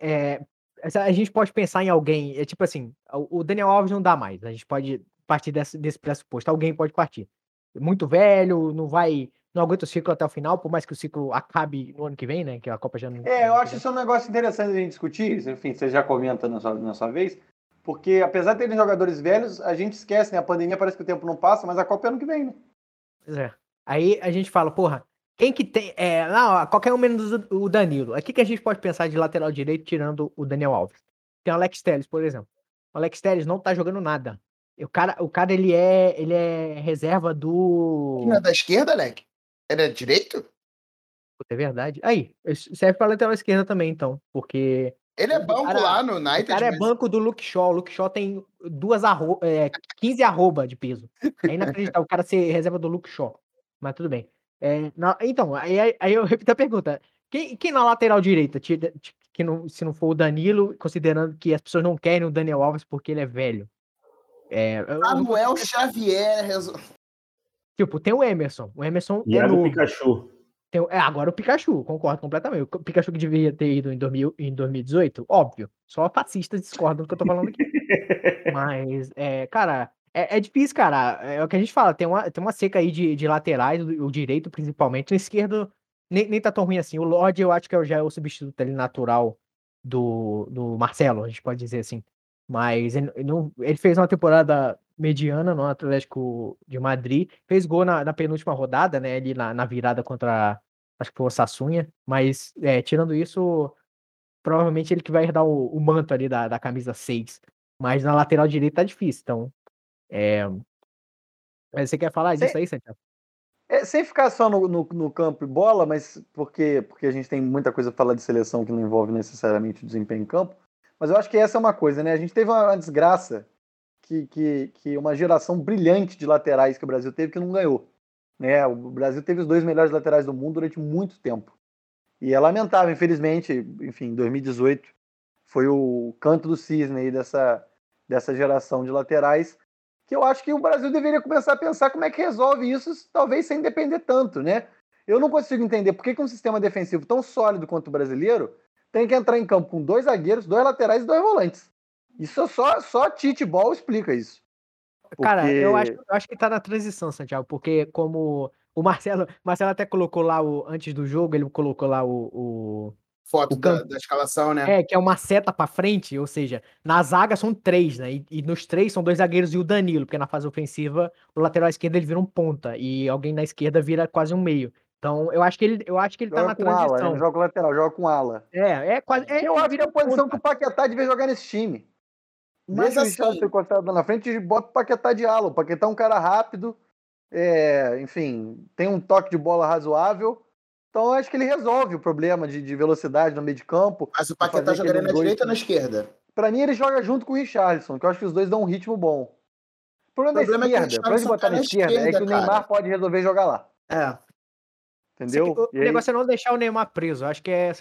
a gente pode pensar em alguém. Tipo assim, o Daniel Alves não dá mais. A gente pode partir desse pressuposto. Alguém pode partir. Muito velho, não aguenta o ciclo até o final, por mais que o ciclo acabe no ano que vem, né? Que a Copa já não. Eu acho isso um negócio interessante a gente discutir. Enfim, você já comenta na sua vez. Porque, apesar de terem jogadores velhos, a gente esquece, né? A pandemia parece que o tempo não passa, mas a Copa é ano que vem, né? Pois é. Aí a gente fala, porra, quem que tem. Qualquer um menos o Danilo. Aqui que a gente pode pensar de lateral direito tirando o Daniel Alves. Tem o Alex Telles, por exemplo. O Alex Telles não tá jogando nada. O cara ele é reserva do. Ele não é da esquerda, Alec? Ele é direito? Puta, é verdade. Aí, serve pra lateral esquerda também, então. Porque. Ele é banco lá no United. O cara é banco do Luke Shaw. O Luke Shaw tem 15 arroba de peso. É inacreditável o cara ser reserva do Luke Shaw. Mas tudo bem. Então, aí eu repito a pergunta. Quem na lateral direita, se não for o Danilo, considerando que as pessoas não querem o Daniel Alves porque ele é velho? Samuel Xavier. Tipo, tem o Emerson. O Emerson e é novo. O Pikachu. Agora o Pikachu, concordo completamente. O Pikachu que devia ter ido em 2018, óbvio. Só fascistas discordam do que eu tô falando aqui. Mas, cara, é difícil, cara. É o que a gente fala, tem uma seca aí de laterais, o direito principalmente. O esquerdo nem tá tão ruim assim. O Lorde eu acho que já é o substituto ali natural do Marcelo, a gente pode dizer assim. Mas ele fez uma temporada mediana no Atlético de Madrid, fez gol na penúltima rodada, né, ali na virada contra, acho que foi o Sassuolo, mas tirando isso, provavelmente ele que vai herdar o manto ali da camisa 6, mas na lateral direita tá difícil, então você quer falar disso aí, Santiago? Sem ficar só no campo e bola, mas porque a gente tem muita coisa a falar de seleção que não envolve necessariamente o desempenho em campo, mas eu acho que essa é uma coisa, né? A gente teve uma desgraça que uma geração brilhante de laterais que o Brasil teve que não ganhou, né? O Brasil teve os 2 melhores laterais do mundo durante muito tempo. E é lamentável, infelizmente, enfim, em 2018 foi o canto do cisne aí dessa geração de laterais, que eu acho que o Brasil deveria começar a pensar como é que resolve isso, talvez sem depender tanto, né? Eu não consigo entender por que um sistema defensivo tão sólido quanto o brasileiro tem que entrar em campo com 2 zagueiros, 2 laterais e 2 volantes. Isso só Tite Ball explica isso. Porque... Cara, eu acho que tá na transição, Santiago, porque como o Marcelo até colocou lá antes do jogo, ele colocou lá foto da escalação, né? Que é uma seta pra frente, ou seja, na zaga são 3, né? E nos 3 são 2 zagueiros e o Danilo, porque na fase ofensiva o lateral esquerdo ele vira um ponta e alguém na esquerda vira quase um meio. Então, eu acho que ele tá na transição. Ala, não joga com lateral, joga com ala. Quase. Eu acho que é a posição que o Paquetá devia jogar nesse time. Mas deixa o Richarlison encostado na frente e bota o Paquetá de ala. O Paquetá é um cara rápido, enfim, tem um toque de bola razoável. Então eu acho que ele resolve o problema de velocidade no meio de campo. Mas o Paquetá jogaria na direita ou na esquerda? Pra mim ele joga junto com o Richarlison, que eu acho que os dois dão um ritmo bom. O problema da esquerda, pra ele botar na esquerda, é que o Neymar pode resolver jogar lá. Entendeu? O negócio é não deixar o Neymar preso. Acho que é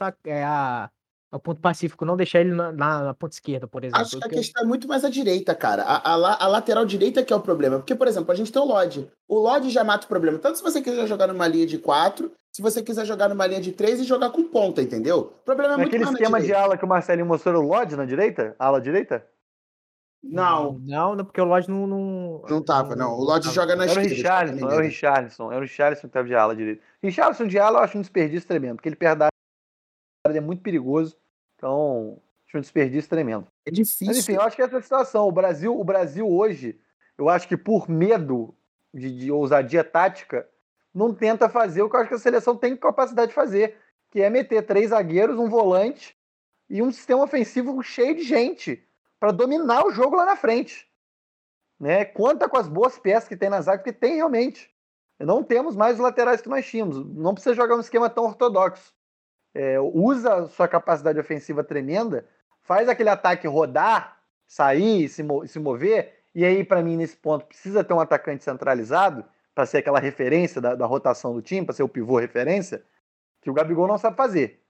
o ponto pacífico, não deixar ele na ponta esquerda, por exemplo. Acho que a questão é muito mais a direita, cara. A lateral direita que é o problema. Porque, por exemplo, a gente tem o Lodge. O Lodge já mata o problema. Tanto se você quiser jogar numa linha de 4, se você quiser jogar numa linha de 3 e jogar com ponta, entendeu? O problema é muito mais aquele esquema de ala que o Marcelinho mostrou, o Lodge na direita? Ala direita? Não, porque o Lodge não tava, não. O Lodge joga na esquerda. Era o Richarlison que tava de ala direita. Richarlison de ala eu acho um desperdício tremendo, porque ele perde a área, é muito perigoso. Então, acho um desperdício tremendo. É difícil. Mas enfim, eu acho que essa situação, o Brasil hoje, eu acho que por medo de ousadia tática, não tenta fazer o que eu acho que a seleção tem capacidade de fazer, que é meter 3 zagueiros, um volante e um sistema ofensivo cheio de gente para dominar o jogo lá na frente. Né? Conta com as boas peças que tem na zaga, porque tem realmente. Não temos mais os laterais que nós tínhamos. Não precisa jogar um esquema tão ortodoxo. Usa a sua capacidade ofensiva tremenda, faz aquele ataque rodar, sair, se mover, e aí, para mim, nesse ponto, precisa ter um atacante centralizado para ser aquela referência da rotação do time, para ser o pivô referência, que o Gabigol não sabe fazer.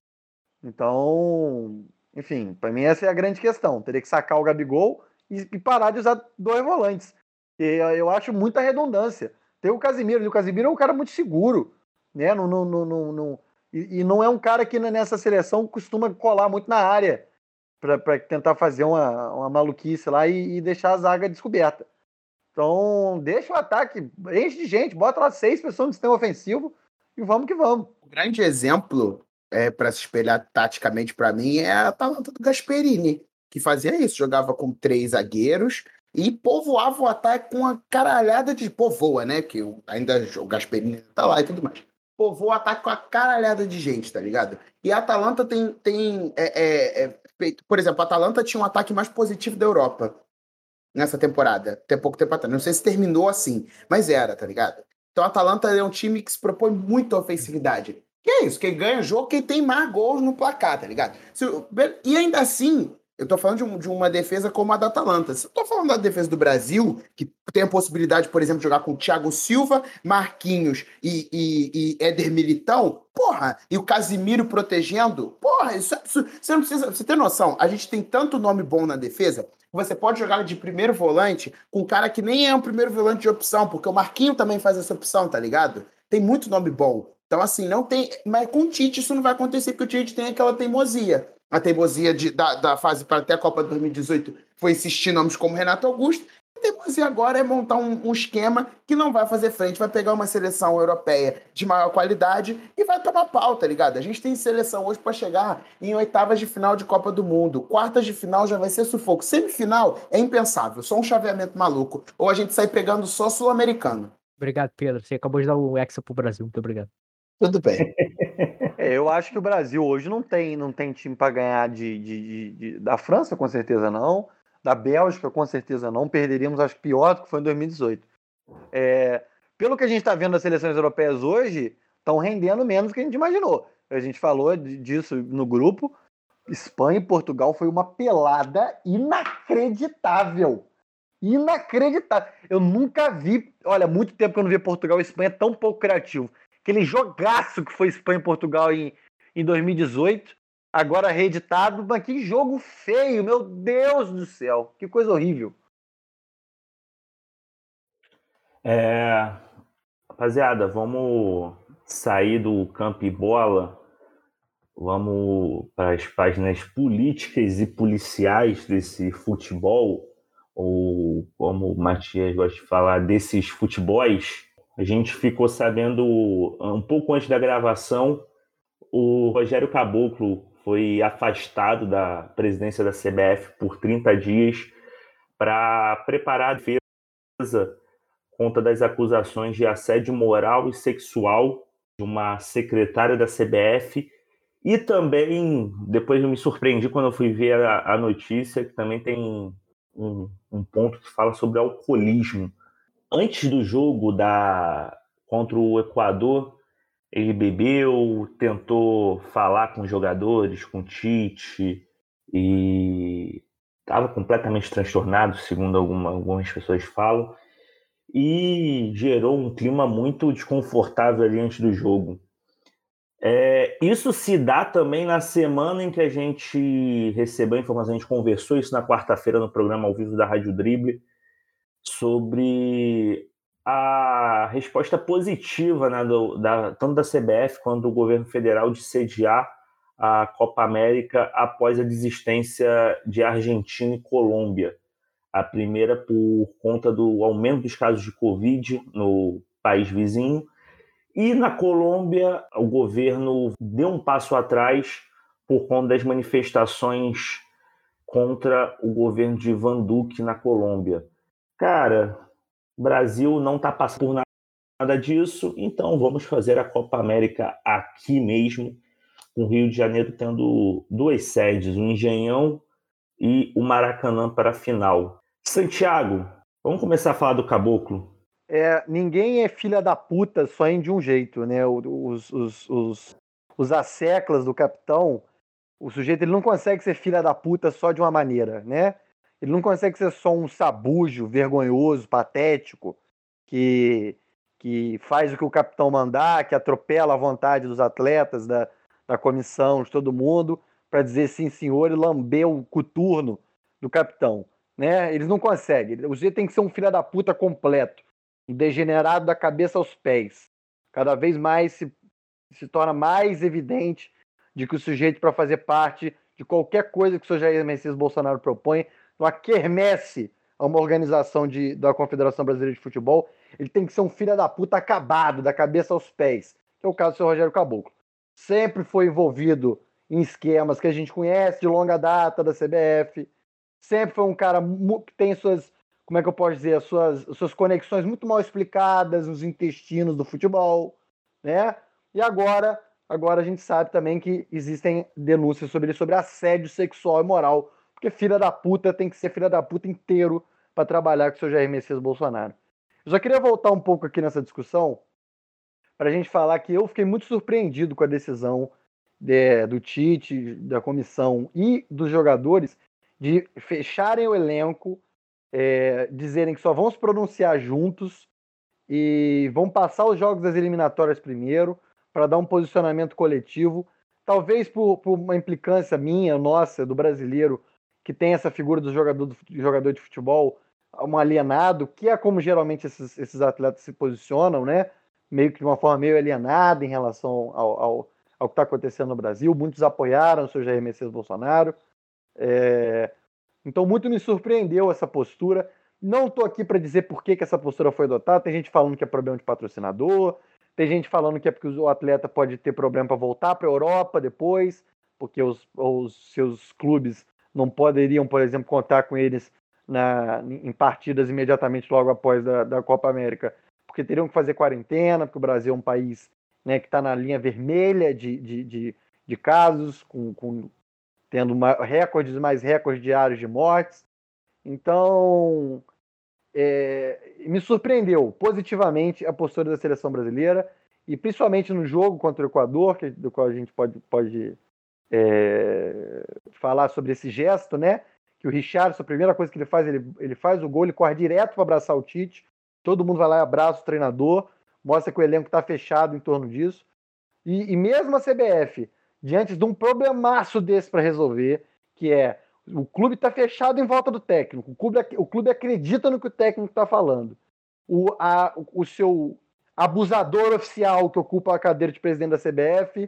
Então, enfim, para mim essa é a grande questão. Teria que sacar o Gabigol e parar de usar 2 volantes. Eu acho muita redundância. Tem o Casemiro, e o Casemiro é um cara muito seguro, né? E não é um cara que nessa seleção costuma colar muito na área para tentar fazer uma maluquice lá e deixar a zaga descoberta. Então, deixa o ataque, enche de gente, bota lá 6 pessoas no sistema ofensivo e vamos que vamos. O grande exemplo, para se espelhar taticamente para mim, é a Atalanta do Gasperini, que fazia isso, jogava com 3 zagueiros e povoava o ataque com uma caralhada de... Povoa, né? Que ainda o Gasperini tá lá e tudo mais. Povoa o ataque com a caralhada de gente, tá ligado? E a Atalanta tem por exemplo, a Atalanta tinha um ataque mais positivo da Europa nessa temporada, até pouco tempo atrás. Não sei se terminou assim, mas era, tá ligado? Então a Atalanta é um time que se propõe muito à ofensividade. Que é isso, quem ganha o jogo, quem tem mais gols no placar, tá ligado? E ainda assim, eu tô falando de uma defesa como a da Atalanta. Se eu tô falando da defesa do Brasil, que tem a possibilidade, por exemplo, de jogar com o Thiago Silva, Marquinhos e Éder Militão, porra, e o Casimiro protegendo, porra, isso você não precisa... Você tem noção, a gente tem tanto nome bom na defesa, você pode jogar de primeiro volante com um cara que nem é um primeiro volante de opção, porque o Marquinho também faz essa opção, tá ligado? Tem muito nome bom. Então, assim, não tem... Mas com o Tite isso não vai acontecer, porque o Tite tem aquela teimosia. A teimosia da fase para até a Copa de 2018 foi insistir nomes como Renato Augusto. A teimosia agora é montar um esquema que não vai fazer frente, vai pegar uma seleção europeia de maior qualidade e vai tomar pau, tá ligado? A gente tem seleção hoje para chegar em 8ª de final de Copa do Mundo. 1/4 de final já vai ser sufoco. Semifinal é impensável, só um chaveamento maluco. Ou a gente sai pegando só sul-americano. Obrigado, Pedro. Você acabou de dar o Hexa pro Brasil. Muito obrigado. Tudo bem. Eu acho que o Brasil hoje não tem time para ganhar da França, com certeza não. Da Bélgica, com certeza não. Perderíamos, acho que pior do que foi em 2018. Pelo que a gente está vendo das seleções europeias hoje, estão rendendo menos do que a gente imaginou. A gente falou disso no grupo. Espanha e Portugal foi uma pelada inacreditável. Inacreditável. Eu nunca vi... Olha, muito tempo que eu não vi Portugal e Espanha tão pouco criativo. Aquele jogaço que foi Espanha e Portugal em 2018, agora reeditado, mas que jogo feio, meu Deus do céu, que coisa horrível. Rapaziada, vamos sair do campo e bola, vamos para as páginas políticas e policiais desse futebol, ou como o Matias gosta de falar, desses futebols. A gente ficou sabendo um pouco antes da gravação, o Rogério Caboclo foi afastado da presidência da CBF por 30 dias para preparar a defesa contra das acusações de assédio moral e sexual de uma secretária da CBF. E também, depois eu me surpreendi quando eu fui ver a notícia, que também tem um ponto que fala sobre alcoolismo. Antes do jogo contra o Equador, ele bebeu, tentou falar com os jogadores, com o Tite, e estava completamente transtornado, segundo algumas pessoas falam, e gerou um clima muito desconfortável ali antes do jogo. Isso se dá também na semana em que a gente recebeu a informação, a gente conversou isso na quarta-feira no programa ao vivo da Rádio Drible, sobre a resposta positiva, né, tanto da CBF quanto do governo federal de sediar a Copa América após a desistência de Argentina e Colômbia. A primeira por conta do aumento dos casos de Covid no país vizinho, e na Colômbia o governo deu um passo atrás por conta das manifestações contra o governo de Ivan Duque na Colômbia. Cara, o Brasil não está passando por nada disso, então vamos fazer a Copa América aqui mesmo, com o Rio de Janeiro tendo duas sedes, o Engenhão e o Maracanã para a final. Santiago, vamos começar a falar do Caboclo? Ninguém é filha da puta só em de um jeito, né? Os asseclas do capitão, o sujeito ele não consegue ser filha da puta só de uma maneira, né? Ele não consegue ser só um sabujo, vergonhoso, patético, que faz o que o capitão mandar, que atropela a vontade dos atletas, da comissão, de todo mundo, para dizer sim, senhor, e lamber o coturno do capitão, né? Eles não conseguem. O sujeito tem que ser um filho da puta completo, um degenerado da cabeça aos pés. Cada vez mais se torna mais evidente de que o sujeito, para fazer parte de qualquer coisa que o senhor Jair Messias Bolsonaro propõe, uma quermesse a uma organização da Confederação Brasileira de Futebol, ele tem que ser um filho da puta acabado, da cabeça aos pés, que é o caso do senhor Rogério Caboclo. Sempre foi envolvido em esquemas que a gente conhece de longa data da CBF, sempre foi um cara que tem suas, como é que eu posso dizer, as suas conexões muito mal explicadas nos intestinos do futebol, né? E agora a gente sabe também que existem denúncias sobre assédio sexual e moral, porque filha da puta tem que ser filha da puta inteiro para trabalhar com o seu Jair Messias Bolsonaro. Eu só queria voltar um pouco aqui nessa discussão para a gente falar que eu fiquei muito surpreendido com a decisão do Tite, da comissão e dos jogadores de fecharem o elenco, dizerem que só vão se pronunciar juntos e vão passar os jogos das eliminatórias primeiro para dar um posicionamento coletivo, talvez por uma implicância minha, nossa, do brasileiro, que tem essa figura do jogador de futebol, um alienado, que é como geralmente esses atletas se posicionam, né? Meio que de uma forma meio alienada em relação ao que está acontecendo no Brasil. Muitos apoiaram o seu Jair Messias Bolsonaro. Então, muito me surpreendeu essa postura. Não estou aqui para dizer por que essa postura foi adotada. Tem gente falando que é problema de patrocinador, tem gente falando que é porque o atleta pode ter problema para voltar para a Europa depois, porque os seus clubes não poderiam, por exemplo, contar com eles em partidas imediatamente logo após da Copa América, porque teriam que fazer quarentena, porque o Brasil é um país, né, que está na linha vermelha de casos, tendo mais recordes diários de mortes. Então, me surpreendeu positivamente a postura da seleção brasileira, e principalmente no jogo contra o Equador, do qual a gente pode falar sobre esse gesto, né? Que o Richarlison, a primeira coisa que ele faz, ele faz o gol, ele corre direto para abraçar o Tite, todo mundo vai lá e abraça o treinador, mostra que o elenco está fechado em torno disso, e mesmo a CBF, diante de um problemaço desse para resolver, que o clube está fechado em volta do técnico, o clube acredita no que o técnico está falando, o seu abusador oficial que ocupa a cadeira de presidente da CBF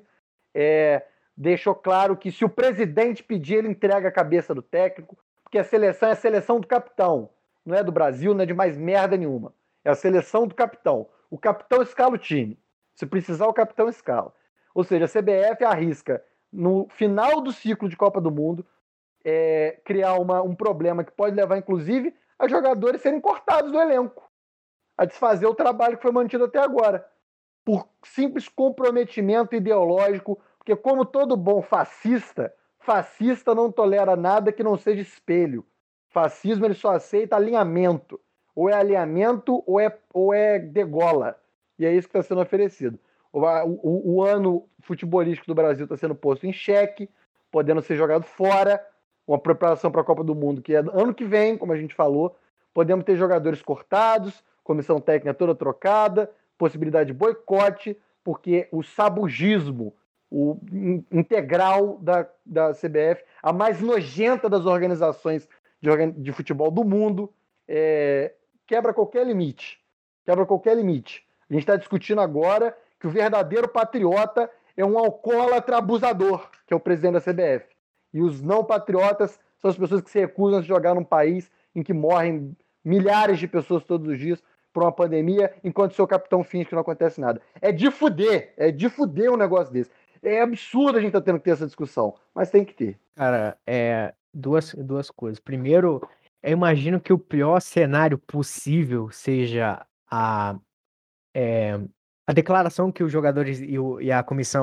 deixou claro que se o presidente pedir, ele entrega a cabeça do técnico, porque a seleção é a seleção do capitão, não é do Brasil, não é de mais merda nenhuma, é a seleção do capitão. O capitão escala o time, se precisar o capitão escala. Ou seja, a CBF arrisca, no final do ciclo de Copa do Mundo, criar um problema que pode levar, inclusive, a jogadores serem cortados do elenco, a desfazer o trabalho que foi mantido até agora, por simples comprometimento ideológico, porque como todo bom fascista não tolera nada que não seja espelho. Fascismo ele só aceita alinhamento. Ou é alinhamento ou é degola. E é isso que está sendo oferecido. O ano futebolístico do Brasil está sendo posto em xeque, podendo ser jogado fora, uma preparação para a Copa do Mundo que é ano que vem, como a gente falou, podemos ter jogadores cortados, comissão técnica toda trocada, possibilidade de boicote, porque o sabugismo, o integral da CBF, a mais nojenta das organizações de futebol do mundo, quebra qualquer limite. A gente está discutindo agora que o verdadeiro patriota é um alcoólatra abusador, que é o presidente da CBF. E os não patriotas são as pessoas que se recusam a jogar num país em que morrem milhares de pessoas todos os dias por uma pandemia, enquanto seu capitão finge que não acontece nada. É de fuder um negócio desse. É absurdo a gente estar tendo que ter essa discussão, mas tem que ter. Cara, duas coisas. Primeiro, eu imagino que o pior cenário possível seja a declaração que os jogadores e a comissão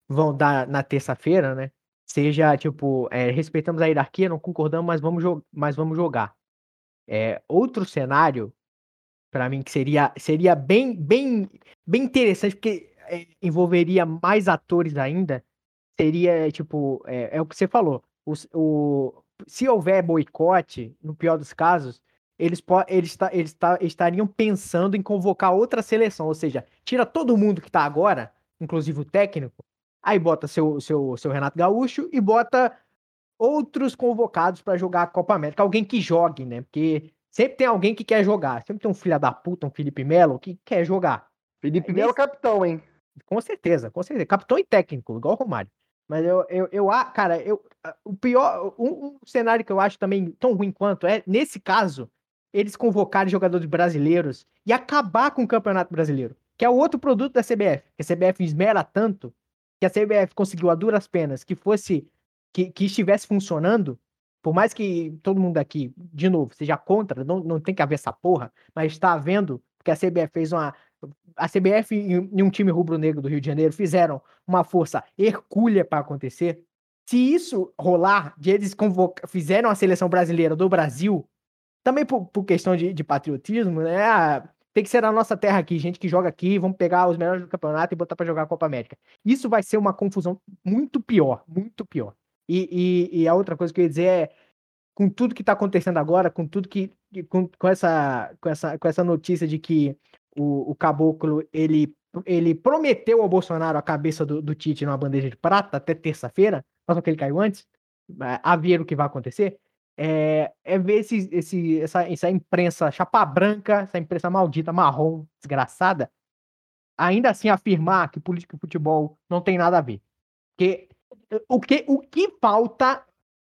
vão dar na terça-feira, né? Seja, tipo, respeitamos a hierarquia, não concordamos, mas vamos jogar. Outro cenário, para mim, que seria bem interessante, porque envolveria mais atores ainda, seria, tipo, o que você falou. Se houver boicote, no pior dos casos, eles estariam pensando em convocar outra seleção, ou seja, tira todo mundo que tá agora, inclusive o técnico, aí bota seu Renato Gaúcho e bota outros convocados para jogar a Copa América, alguém que jogue, né? Porque sempre tem alguém que quer jogar, sempre tem um filho da puta, um Felipe Melo que quer jogar. Felipe Melo capitão, hein? Com certeza. Capitão e técnico, igual o Romário. Mas cara, o pior, um cenário que eu acho também tão ruim quanto nesse caso, eles convocarem jogadores brasileiros e acabar com o Campeonato Brasileiro, que é o outro produto da CBF, que a CBF esmera tanto, que a CBF conseguiu a duras penas que estivesse funcionando, por mais que todo mundo aqui, de novo, seja contra, não tem que haver essa porra, mas está havendo, porque a CBF fez a CBF e um time rubro-negro do Rio de Janeiro fizeram uma força hercúlea para acontecer. Se isso rolar, de eles fizeram a seleção brasileira do Brasil, também por questão de patriotismo, né? Tem que ser a nossa terra aqui, gente que joga aqui, vamos pegar os melhores do campeonato e botar para jogar a Copa América. Isso vai ser uma confusão muito pior, muito pior. E a outra coisa que eu ia dizer com tudo que está acontecendo agora, com tudo com essa notícia de que o Caboclo ele prometeu ao Bolsonaro a cabeça do Tite numa bandeja de prata até terça-feira, só que ele caiu antes, a ver o que vai acontecer, ver essa imprensa chapa branca, essa imprensa maldita, marrom, desgraçada, ainda assim afirmar que política e futebol não tem nada a ver. Porque o que falta.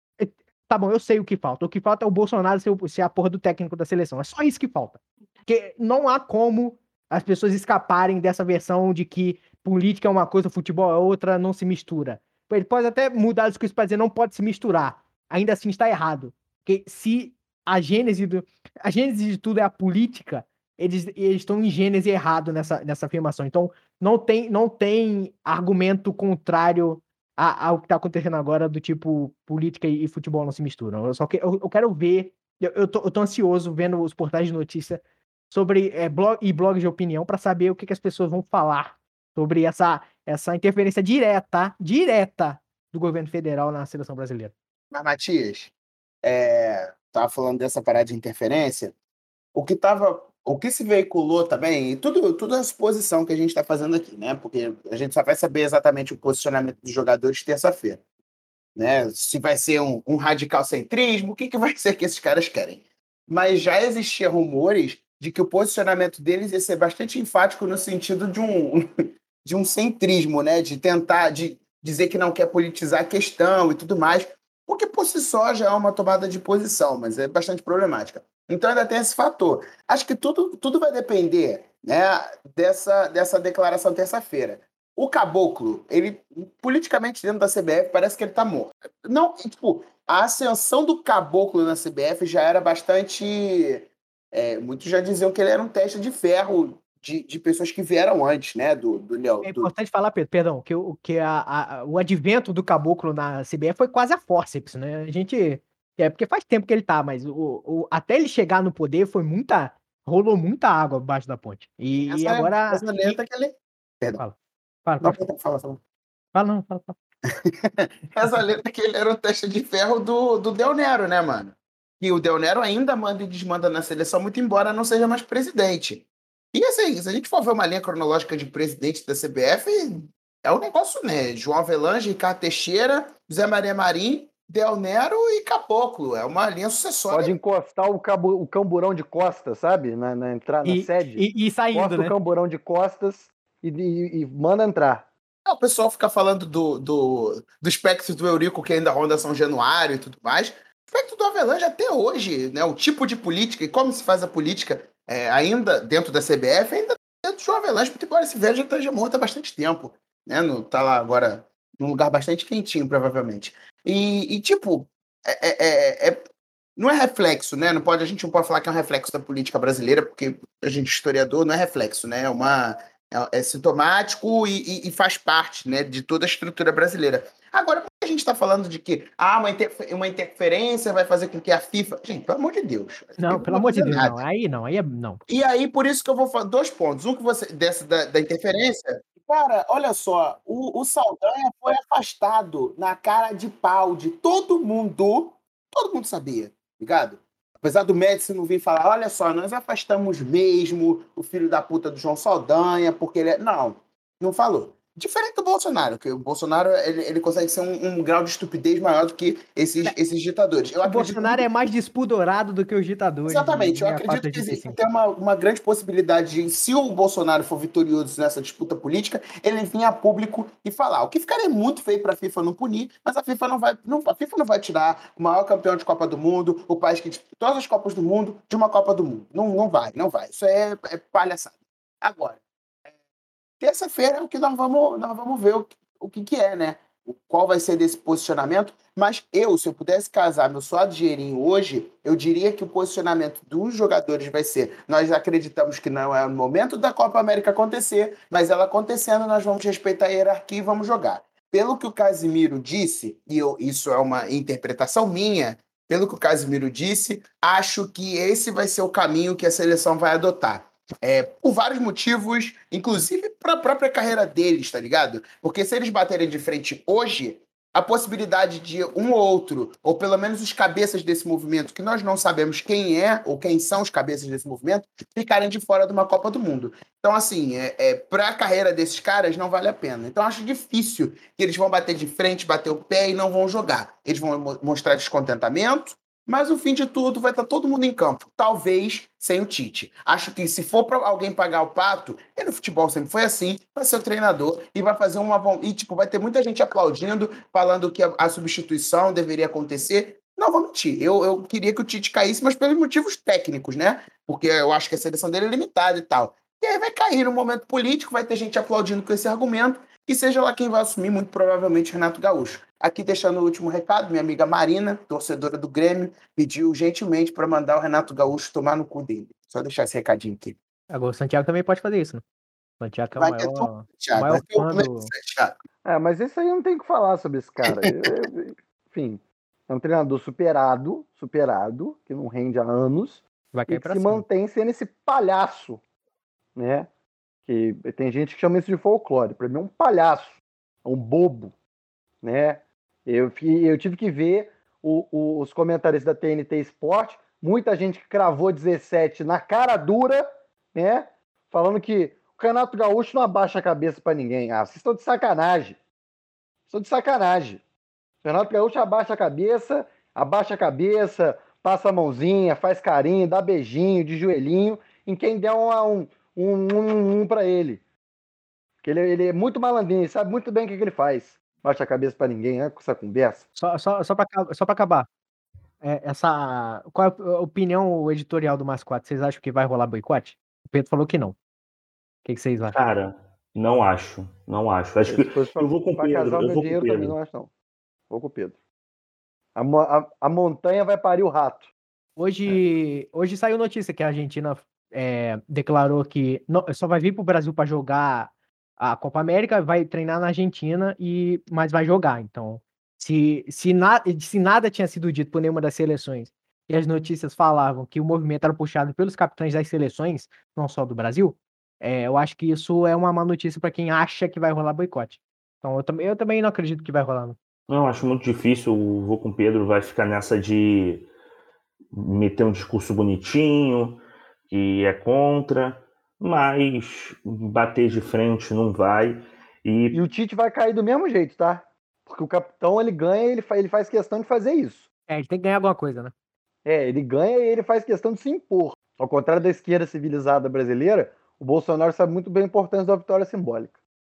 Tá bom, eu sei o que falta. O que falta é o Bolsonaro ser a porra do técnico da seleção. É só isso que falta. Porque não há como as pessoas escaparem dessa versão de que política é uma coisa, futebol é outra, não se mistura. Ele pode até mudar o discurso para dizer não pode se misturar. Ainda assim está errado. Porque se a gênese de tudo é a política, eles estão em gênese errado nessa afirmação. Então, não tem argumento contrário ao que tá acontecendo agora, do tipo, política e futebol não se misturam. Eu quero ver, eu tô ansioso vendo os portais de notícia sobre blogs de opinião para saber o que as pessoas vão falar sobre essa interferência direta do governo federal na seleção brasileira. Mas, Matias, tava falando dessa parada de interferência, o que se veiculou também, e tudo é suposição que a gente está fazendo aqui, né? Porque a gente só vai saber exatamente o posicionamento dos jogadores terça-feira, né? Se vai ser um radical-centrismo, o que vai ser que esses caras querem. Mas já existiam rumores de que o posicionamento deles ia ser bastante enfático no sentido de um centrismo, né? De tentar dizer que não quer politizar a questão e tudo mais, o que por si só já é uma tomada de posição, mas é bastante problemática. Então ainda tem esse fator. Acho que tudo vai depender, né, dessa declaração terça-feira. O Caboclo, ele, politicamente dentro da CBF, parece que ele está morto. Não, tipo, a ascensão do Caboclo na CBF já era bastante... muitos já diziam que ele era um teste de ferro de pessoas que vieram antes, né, do Léo. É importante falar, Pedro, perdão, que o advento do Caboclo na CBF foi quase a fórceps, né? A gente... porque faz tempo que ele tá, mas até ele chegar no poder rolou muita água abaixo da ponte. E agora... Essa letra que ele... Perdão. Fala. Fala. Essa letra que ele era o teste de ferro do Del Nero, né, mano? E o Del Nero ainda manda e desmanda na seleção, muito embora não seja mais presidente. E assim, se a gente for ver uma linha cronológica de presidente da CBF, é um negócio, né? João Avelange, Ricardo Teixeira, José Maria Marim, Del Nero e Caboclo. É uma linha sucessória. Pode encostar o camburão de costas, sabe? Na entrada na sede. E saindo, encosta, né? O camburão de costas e manda entrar. O pessoal fica falando do espectro do Eurico, que ainda ronda São Januário e tudo mais. O espectro do Avelange até hoje, né? O tipo de política e como se faz a política ainda dentro da CBF, ainda dentro do João Avelange, porque embora esse velho já esteja morto há bastante tempo, né? Tá lá agora num lugar bastante quentinho, provavelmente. E tipo, não é reflexo, né? A gente não pode falar que é um reflexo da política brasileira, porque a gente, historiador, não é reflexo, né? É É sintomático e faz parte, né, de toda a estrutura brasileira. Agora, por que a gente está falando de que uma interferência vai fazer com que a FIFA... Gente, pelo amor de Deus. Não, pelo amor de Deus, não. Aí não, aí é não. E aí, por isso que eu vou falar 2 pontos. Um que você... da interferência... Cara, olha só, o Saldanha foi afastado na cara de pau de todo mundo sabia, ligado? Apesar do Médici não vir falar, olha só, nós afastamos mesmo o filho da puta do João Saldanha, porque ele é... Não falou. Diferente do Bolsonaro, que o Bolsonaro ele consegue ser um grau de estupidez maior do que esses ditadores. O Bolsonaro é mais despudorado do que os ditadores. Exatamente, eu acredito que existe tem uma grande possibilidade de, se o Bolsonaro for vitorioso nessa disputa política, ele vir a público e falar. O que ficaria muito feio para a FIFA não punir, mas a FIFA não vai tirar o maior campeão de Copa do Mundo, o país que disputa todas as Copas do Mundo, de uma Copa do Mundo. Não vai. Isso é palhaçada. Agora, terça-feira é o que nós vamos ver o que é, né? Qual vai ser desse posicionamento. Mas se eu pudesse casar meu suado dinheirinho hoje, eu diria que o posicionamento dos jogadores vai ser: nós acreditamos que não é o momento da Copa América acontecer, mas ela acontecendo, nós vamos respeitar a hierarquia e vamos jogar. Pelo que o Casimiro disse, isso é uma interpretação minha, pelo que o Casimiro disse, acho que esse vai ser o caminho que a seleção vai adotar. Por vários motivos, inclusive para a própria carreira deles, tá ligado? Porque se eles baterem de frente hoje, a possibilidade de um ou outro, ou pelo menos os cabeças desse movimento, que nós não sabemos quem é ou quem são os cabeças desse movimento, ficarem de fora de uma Copa do Mundo. Então, assim, para a carreira desses caras não vale a pena. Então, acho difícil que eles vão bater de frente, bater o pé e não vão jogar. Eles vão mostrar descontentamento, mas no fim de tudo vai estar todo mundo em campo. Talvez sem o Tite. Acho que se for para alguém pagar o pato, e no futebol sempre foi assim, vai ser o treinador e vai fazer vai ter muita gente aplaudindo, falando que a substituição deveria acontecer. Não vou mentir, eu queria que o Tite caísse, mas pelos motivos técnicos, né? Porque eu acho que a seleção dele é limitada e tal. E aí vai cair no momento político, vai ter gente aplaudindo com esse argumento, e seja lá quem vai assumir, muito provavelmente Renato Gaúcho. Aqui deixando o último recado, minha amiga Marina, torcedora do Grêmio, pediu gentilmente para mandar o Renato Gaúcho tomar no cu dele. Só deixar esse recadinho aqui. Agora o Santiago também pode fazer isso, né? O Santiago é o maior fã do... Mas isso aí não tem o que falar sobre esse cara. Enfim, é um treinador superado, que não rende há anos, vai cair e que se mantém sendo esse palhaço, né? Que tem gente que chama isso de folclore. Para mim é um palhaço, é um bobo, né? Eu tive que ver os comentários da TNT Sport, muita gente que cravou 17 na cara dura, né? Falando que o Renato Gaúcho não abaixa a cabeça para ninguém. Vocês estão de sacanagem. O Renato Gaúcho abaixa a cabeça, passa a mãozinha, faz carinho, dá beijinho de joelhinho em quem der um para ele. Porque ele é muito malandrinho, ele sabe muito bem o que ele faz. Baixa a cabeça para ninguém, né? Com essa conversa. Só para acabar. Qual é a opinião editorial do Mais 4? Vocês acham que vai rolar boicote? O Pedro falou que não. O que vocês acham? Cara, não acho. Acho que eu vou com o Pedro. Eu vou com o Pedro. Também não acho, não. Vou com o Pedro. A montanha vai parir o rato. Hoje saiu notícia que a Argentina declarou que só vai vir para o Brasil para jogar a Copa América, vai treinar na Argentina, mas vai jogar. Então, se nada tinha sido dito por nenhuma das seleções e as notícias falavam que o movimento era puxado pelos capitães das seleções, não só do Brasil, eu acho que isso é uma má notícia para quem acha que vai rolar boicote. Então, eu também não acredito que vai rolar, não. Não, acho muito difícil. Vou com o Pedro, vai ficar nessa de meter um discurso bonitinho, que é contra, mas bater de frente não vai. E o Tite vai cair do mesmo jeito, tá? Porque o capitão, ele ganha e ele faz questão de fazer isso. Ele tem que ganhar alguma coisa, né? Ele ganha e ele faz questão de se impor. Ao contrário da esquerda civilizada brasileira, o Bolsonaro sabe muito bem a importância da vitória simbólica.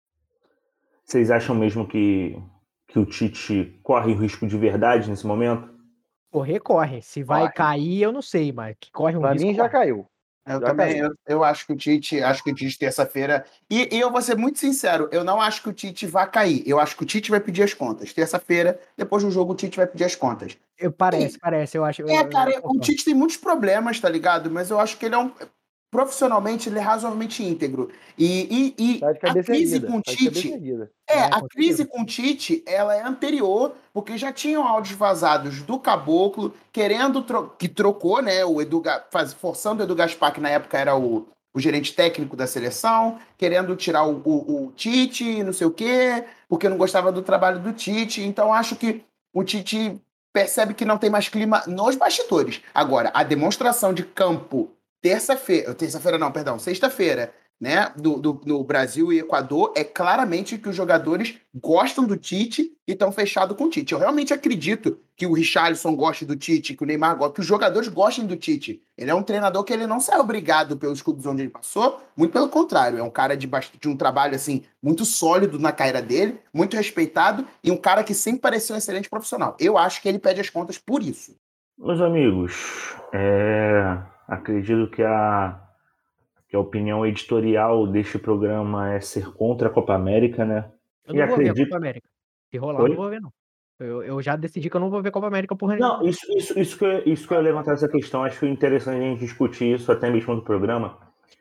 Vocês acham mesmo que o Tite corre o risco de verdade nesse momento? Corre. Se vai cair, eu não sei, mas que corre um risco. Pra mim já caiu. Eu acho que o Tite, terça-feira... E eu vou ser muito sincero, eu não acho que o Tite vai cair. Eu acho que o Tite vai pedir as contas. Terça-feira, depois do jogo, o Tite vai pedir as contas. Parece, eu acho. O Tite tem muitos problemas, tá ligado? Mas eu acho que ele é profissionalmente ele é razoavelmente íntegro. E Tá de a cabeça crise erguida. com o Tá de cabeça Tite, erguida. a com crise certeza. com o Tite, ela é anterior, porque já tinham áudios vazados do Caboclo, querendo, que trocou, né, o Edu, forçando o Edu Gaspar, que na época era o gerente técnico da seleção, querendo tirar o Tite, não sei o quê, porque não gostava do trabalho do Tite. Então, acho que o Tite percebe que não tem mais clima nos bastidores. Agora, a demonstração de campo sexta-feira, né, no Brasil e Equador, é claramente que os jogadores gostam do Tite e estão fechados com o Tite. Eu realmente acredito que o Richarlison goste do Tite, que o Neymar goste, que os jogadores gostem do Tite. Ele é um treinador que ele não sai obrigado pelos clubes onde ele passou, muito pelo contrário, é um cara de um trabalho assim muito sólido na carreira dele, muito respeitado e um cara que sempre pareceu um excelente profissional. Eu acho que ele pede as contas por isso. Meus amigos, acredito que a opinião editorial deste programa é ser contra a Copa América, né? Eu não vou ver a Copa América. Se rolar, eu não vou ver, não. Eu já decidi que eu não vou ver Copa América porra nenhuma. Não, isso que eu ia levantar essa questão. Acho que é interessante a gente discutir isso até mesmo no programa.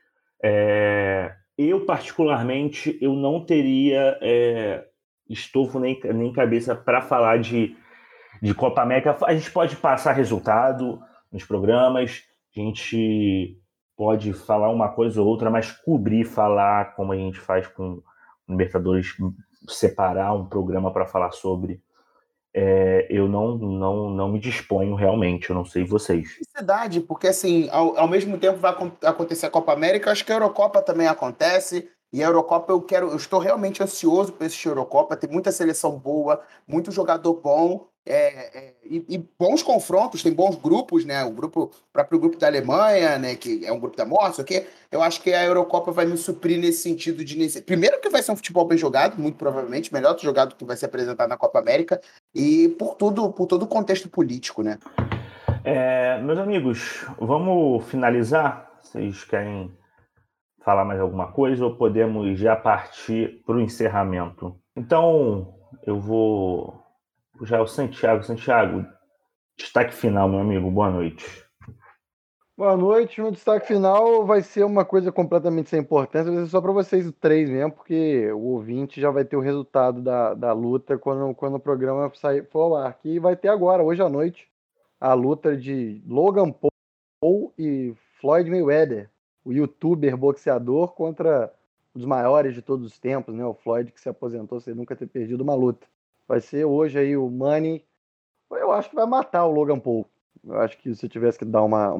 Eu, particularmente, eu não teria estofo nem cabeça para falar de Copa América. A gente pode passar resultado nos programas, a gente pode falar uma coisa ou outra, mas falar como a gente faz com o Libertadores, separar um programa para falar sobre, eu não me disponho realmente, eu não sei vocês. Felicidade, porque assim, ao mesmo tempo vai acontecer a Copa América, acho que a Eurocopa também acontece, e a Eurocopa eu estou realmente ansioso para assistir a Eurocopa, tem muita seleção boa, muito jogador bom, e bons confrontos, tem bons grupos, né? O próprio grupo da Alemanha, né? Que é um grupo da morte, ok? Eu acho que a Eurocopa vai me suprir nesse sentido primeiro que vai ser um futebol bem jogado, muito provavelmente, melhor jogado que vai ser apresentado na Copa América, e por todo o contexto político, né? Meus amigos, vamos finalizar? Vocês querem falar mais alguma coisa ou podemos já partir para o encerramento? Então, eu vou puxar o Santiago. Santiago, destaque final, meu amigo. Boa noite. Boa noite. Meu destaque final vai ser uma coisa completamente sem importância, vai ser só para vocês três mesmo, porque o ouvinte já vai ter o resultado da luta quando o programa for ao ar. Que vai ter agora, hoje à noite, a luta de Logan Paul e Floyd Mayweather, o youtuber boxeador contra um dos maiores de todos os tempos, né? O Floyd, que se aposentou sem nunca ter perdido uma luta. Vai ser hoje aí o Money. Eu acho que vai matar o Logan Paul. Eu acho que se eu tivesse que dar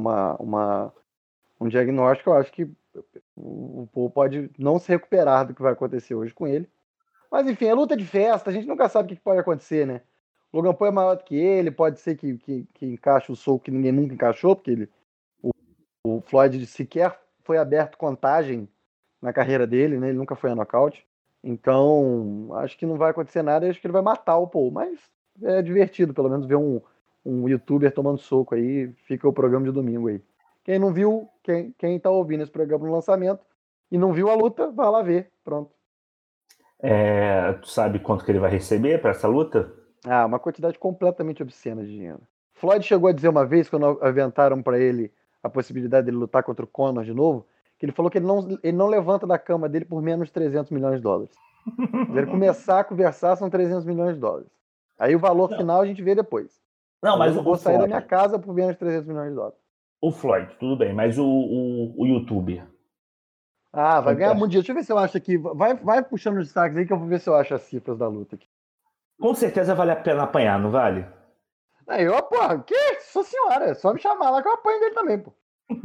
um diagnóstico, eu acho que o Paul pode não se recuperar do que vai acontecer hoje com ele. Mas enfim, é luta de festa, a gente nunca sabe o que pode acontecer, né? O Logan Paul é maior do que ele, pode ser que encaixe o soco que ninguém nunca encaixou, porque o Floyd sequer foi aberto contagem na carreira dele, né? Ele nunca foi a nocaute. Então, acho que não vai acontecer nada, acho que ele vai matar o Paul, mas é divertido, pelo menos, ver um youtuber tomando soco aí, fica o programa de domingo aí. Quem não viu, quem tá ouvindo esse programa no lançamento e não viu a luta, vai lá ver, pronto. Tu sabe quanto que ele vai receber para essa luta? Uma quantidade completamente obscena de dinheiro. Floyd chegou a dizer uma vez, quando aventaram para ele a possibilidade dele lutar contra o Conor de novo, que ele falou que ele não levanta da cama dele por menos de 300 milhões de dólares. Se ele começar a conversar, são 300 milhões de dólares. Aí o valor final a gente vê depois. Não, mas eu não vou sair da minha casa por menos de 300 milhões de dólares. O Floyd, tudo bem, mas o youtuber? Vai ganhar muito dinheiro. Deixa eu ver se eu acho aqui. Vai puxando os destaques aí que eu vou ver se eu acho as cifras da luta aqui. Com certeza vale a pena apanhar, não vale? Porra, que? Nossa senhora, é só me chamar lá que eu apanho dele também, pô.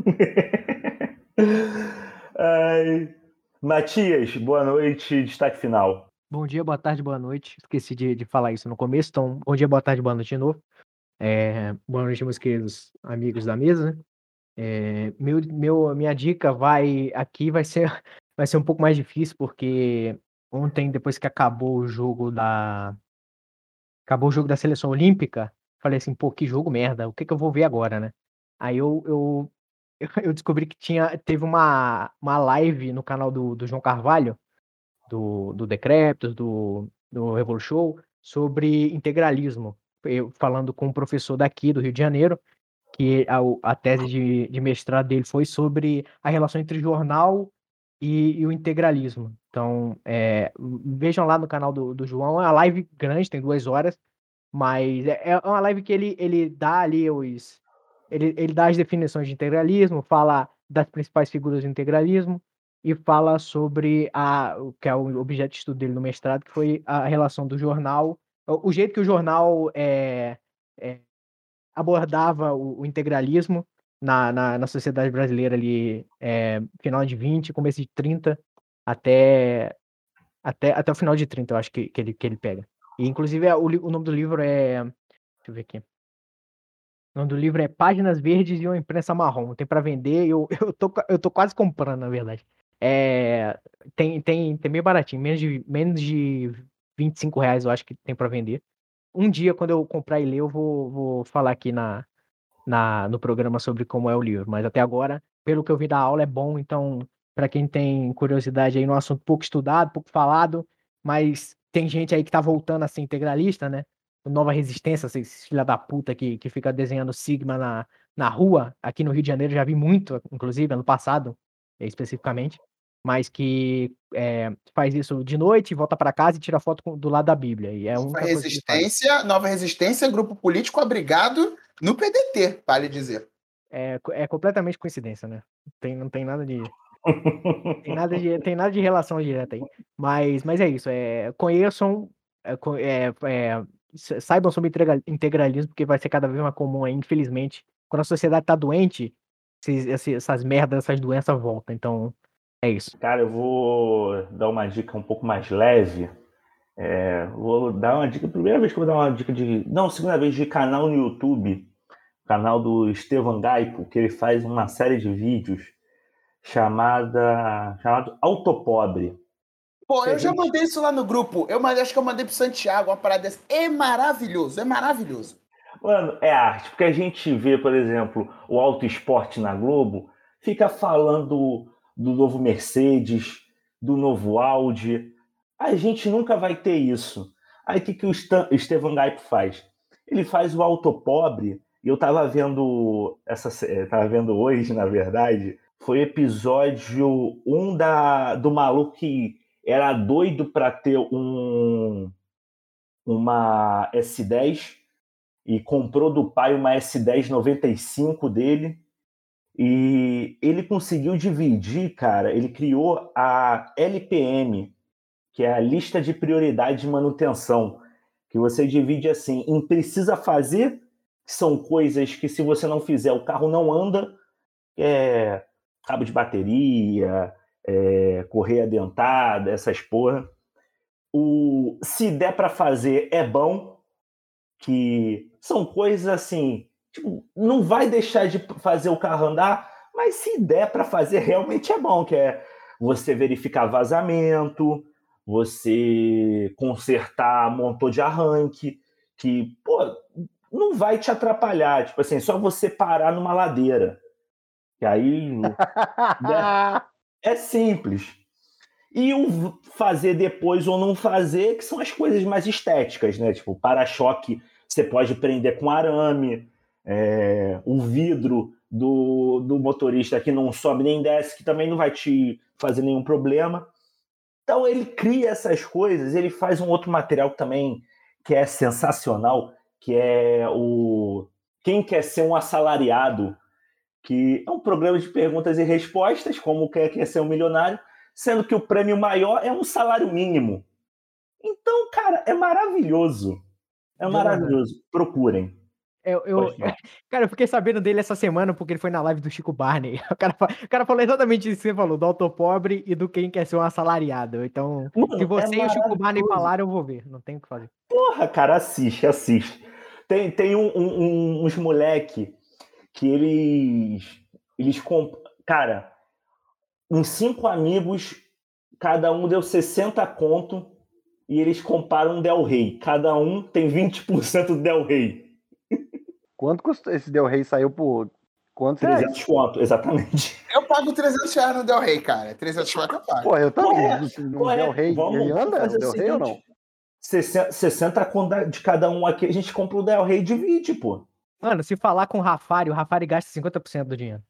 Matias, boa noite, destaque final. Bom dia, boa tarde, boa noite. Esqueci de falar isso no começo, então bom dia, boa tarde, boa noite de novo. Boa noite, meus queridos amigos da mesa, né? Minha dica vai ser um pouco mais difícil, porque ontem, depois que acabou o jogo da seleção olímpica, falei assim, pô, que jogo merda, o que eu vou ver agora, né? Aí eu descobri que teve uma live no canal do João Carvalho, do Decrépitos, do Revolu Show, sobre integralismo, falando com um professor daqui do Rio de Janeiro, que a tese de mestrado dele foi sobre a relação entre jornal e o integralismo. Então, vejam lá no canal do João, é uma live grande, tem 2 horas, mas é uma live que ele dá ali ele dá as definições de integralismo, fala das principais figuras do integralismo e fala sobre o que é o objeto de estudo dele no mestrado, que foi a relação do jornal, o jeito que o jornal abordava o integralismo na sociedade brasileira ali, final de 20, começo de 30, até o final de 30, eu acho que ele pega. E, inclusive, o nome do livro é... Deixa eu ver aqui. O nome do livro é Páginas Verdes e uma Imprensa Marrom. Tem para vender, eu tô quase comprando, na verdade. Tem meio baratinho, menos de R$25, eu acho que tem para vender. Um dia, quando eu comprar e ler, eu vou falar aqui no programa sobre como é o livro. Mas até agora, pelo que eu vi da aula, é bom. Então, para quem tem curiosidade aí no assunto pouco estudado, pouco falado, mas tem gente aí que tá voltando a ser integralista, né? Nova Resistência, esses filha da puta que fica desenhando sigma na rua. Aqui no Rio de Janeiro já vi muito, inclusive, ano passado, especificamente. Mas que faz isso de noite, volta para casa e tira foto do lado da Bíblia. E é a única coisa que ele faz. Nova Resistência, grupo político abrigado no PDT, vale dizer. É completamente coincidência, né? Não tem nada de... tem nada de relação direta aí. Mas é isso. Conheçam, saibam sobre integralismo, porque vai ser cada vez mais comum aí, infelizmente. Quando a sociedade tá doente, essas merdas, essas doenças voltam. Então, é isso. Cara, eu vou dar uma dica um pouco mais leve. Vou dar uma dica, primeira vez que eu vou dar uma dica segunda vez de canal no YouTube, canal do Estevam Gaipo, que ele faz uma série de vídeos chamado Autopobre. Pô, eu já mandei isso lá no grupo. Acho que eu mandei pro Santiago uma parada dessa. É maravilhoso. Mano, é arte, porque a gente vê, por exemplo, o Auto Esporte na Globo, fica falando do novo Mercedes, do novo Audi. A gente nunca vai ter isso. Aí o que o Estevam Gaipo faz? Ele faz o Autopobre, e eu tava vendo hoje, na verdade, foi episódio 1 do maluco que era doido para ter uma S10 e comprou do pai uma S10 95 dele, e ele conseguiu dividir, cara, ele criou a LPM, que é a lista de prioridade de manutenção, que você divide assim, em precisa fazer, que são coisas que se você não fizer o carro não anda, cabo de bateria, correia dentada, essas porra. Se der para fazer é bom, que são coisas assim, tipo, não vai deixar de fazer o carro andar, mas se der para fazer realmente é bom, que é você verificar vazamento, você consertar motor de arranque, que, pô, não vai te atrapalhar, tipo assim, só você parar numa ladeira. E aí é simples. E o fazer depois ou não fazer, que são as coisas mais estéticas, né? Tipo, para-choque você pode prender com arame, o vidro do motorista que não sobe nem desce, que também não vai te fazer nenhum problema. Então ele cria essas coisas, ele faz um outro material também que é sensacional, que é o Quem Quer Ser um Assalariado, que é um programa de perguntas e respostas, como quer ser um milionário, sendo que o prêmio maior é um salário mínimo. Então, cara, é maravilhoso. Maravilhoso. Procurem. Cara, eu fiquei sabendo dele essa semana porque ele foi na live do Chico Barney. O cara falou exatamente isso que você falou, do Autopobre e do Quem Quer Ser um Assalariado. Então, mano, se você e o Chico Barney falaram, eu vou ver. Não tem o que fazer. Porra, cara, assiste. Tem uns moleque que eles compram... Cara, uns 5 amigos, cada um deu 60 conto e eles comparam um Del Rey. Cada um tem 20% do Del Rey. Quanto custou? Esse Del Rey saiu por quanto? 300 conto, exatamente. Eu pago 300 reais no Del Rey, cara. 300 reais eu pago. Pô, eu também. No Del Rey, ele anda no Del Rey ou não? 60 conto de cada um aqui, a gente compra o Del Rey e divide, pô. Mano, se falar com o Rafari gasta 50% do dinheiro.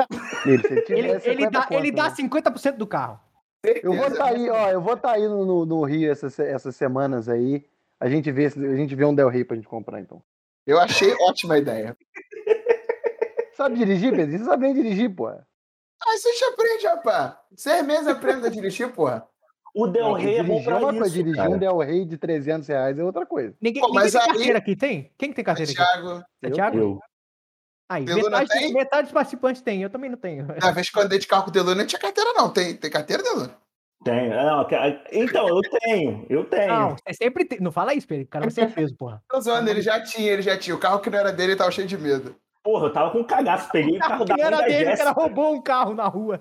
Ele dá 50% do carro. Eu vou estar aí, ó. Eu vou estar aí no Rio essas semanas aí. A gente vê um Del Rey pra gente comprar, então. Eu achei ótima ideia. Sabe dirigir, Pedro? Você não sabe nem dirigir, pô. Você te aprende, rapaz. 6 meses aprende a dirigir, porra. O Del Rey é bom Dirigir é pra uma isso, coisa, dirigir cara. um Del Rey de R$300 é outra coisa. Ninguém mas tem aí- carteira aqui, tem? Quem que tem carteira aqui? Thiago, É Thiago? Eu. Aí, Deluna tem? metade dos participantes tem, eu também não tenho. na vez que eu andei de carro com o Deluna, não tinha carteira, não. Tem carteira, Deluna? Tenho. Não, então, eu tenho. Não, você sempre tem. Não fala isso, Pedro. O cara vai ser preso, porra. Tô zoando, ele já tinha. O carro que não era dele, ele tava cheio de medo. Porra, eu tava com cagaço. Peguei o carro da Quem mãe era da dele, o cara Jéssica. roubou um carro na rua.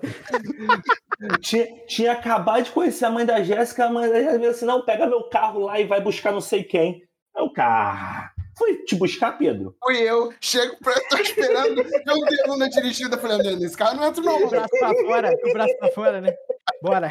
Tinha acabado de conhecer a mãe da Jéssica. A mãe da Jéssica disse assim, não, pega meu carro lá e vai buscar não sei quem. Eu, cara... Foi te buscar, Pedro? Fui eu, tô esperando ver o Deluna dirigindo. Eu falei, não, nesse carro não entro não, O mano. braço pra fora, né? Bora.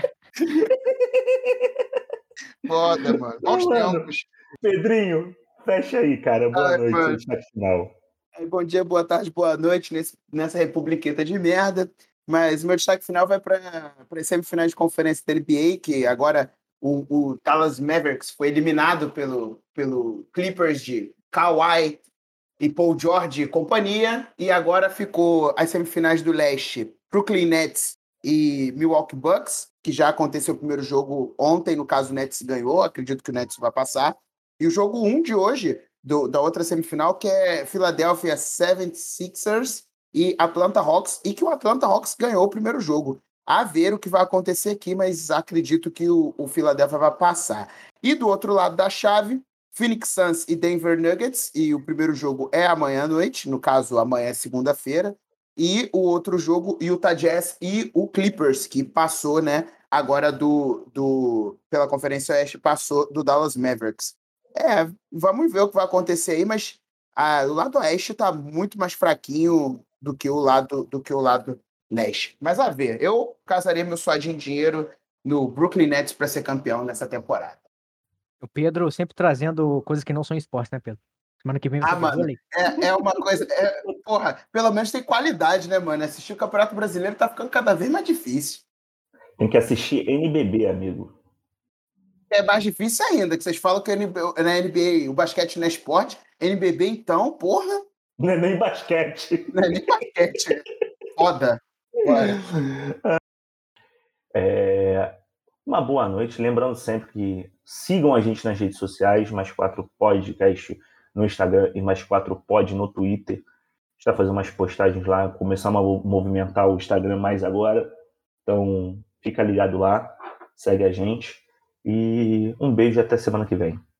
Foda, mano. Bons Mano. tempos. Pedrinho, fecha aí, cara. Boa Ai, noite, mano. destaque final. Bom dia, boa tarde, boa noite nessa republiqueta de merda. Mas o meu destaque final vai para as semifinais de conferência da NBA, que agora o Dallas Mavericks foi eliminado pelo Clippers de Kawhi e Paul George e companhia, e agora ficou as semifinais do leste, Brooklyn Nets e Milwaukee Bucks, que já aconteceu o primeiro jogo ontem, no caso o Nets ganhou, acredito que o Nets vai passar. E o jogo 1 de hoje, da outra semifinal, que é Philadelphia 76ers e Atlanta Hawks, e que o Atlanta Hawks ganhou o primeiro jogo. A ver o que vai acontecer aqui, mas acredito que o Philadelphia vai passar. E do outro lado da chave, Phoenix Suns e Denver Nuggets, e o primeiro jogo é amanhã à noite, no caso, amanhã é segunda-feira, e o outro jogo, Utah Jazz e o Clippers, que passou, né, agora pela Conferência Oeste, passou do Dallas Mavericks. Vamos ver o que vai acontecer aí, mas o lado oeste está muito mais fraquinho do que o lado leste. Mas a ver, eu casaria meu suadinho de dinheiro no Brooklyn Nets para ser campeão nessa temporada. O Pedro sempre trazendo coisas que não são esporte, né, Pedro? Semana que vem vai ter mano, vôlei. é uma coisa... porra, pelo menos tem qualidade, né, mano? Assistir o Campeonato Brasileiro tá ficando cada vez mais difícil. Tem que assistir NBB, amigo. É mais difícil ainda, que vocês falam que na NBA o basquete não é esporte. NBB, então, porra... Não é nem basquete. Não é nem basquete. Foda. Bora. Uma boa noite. Lembrando sempre que sigam a gente nas redes sociais, Mais 4 Podcast no Instagram e Mais 4 Pod no Twitter. A gente está fazendo umas postagens lá, começamos a movimentar o Instagram mais agora. Então, fica ligado lá, segue a gente. E um beijo até semana que vem.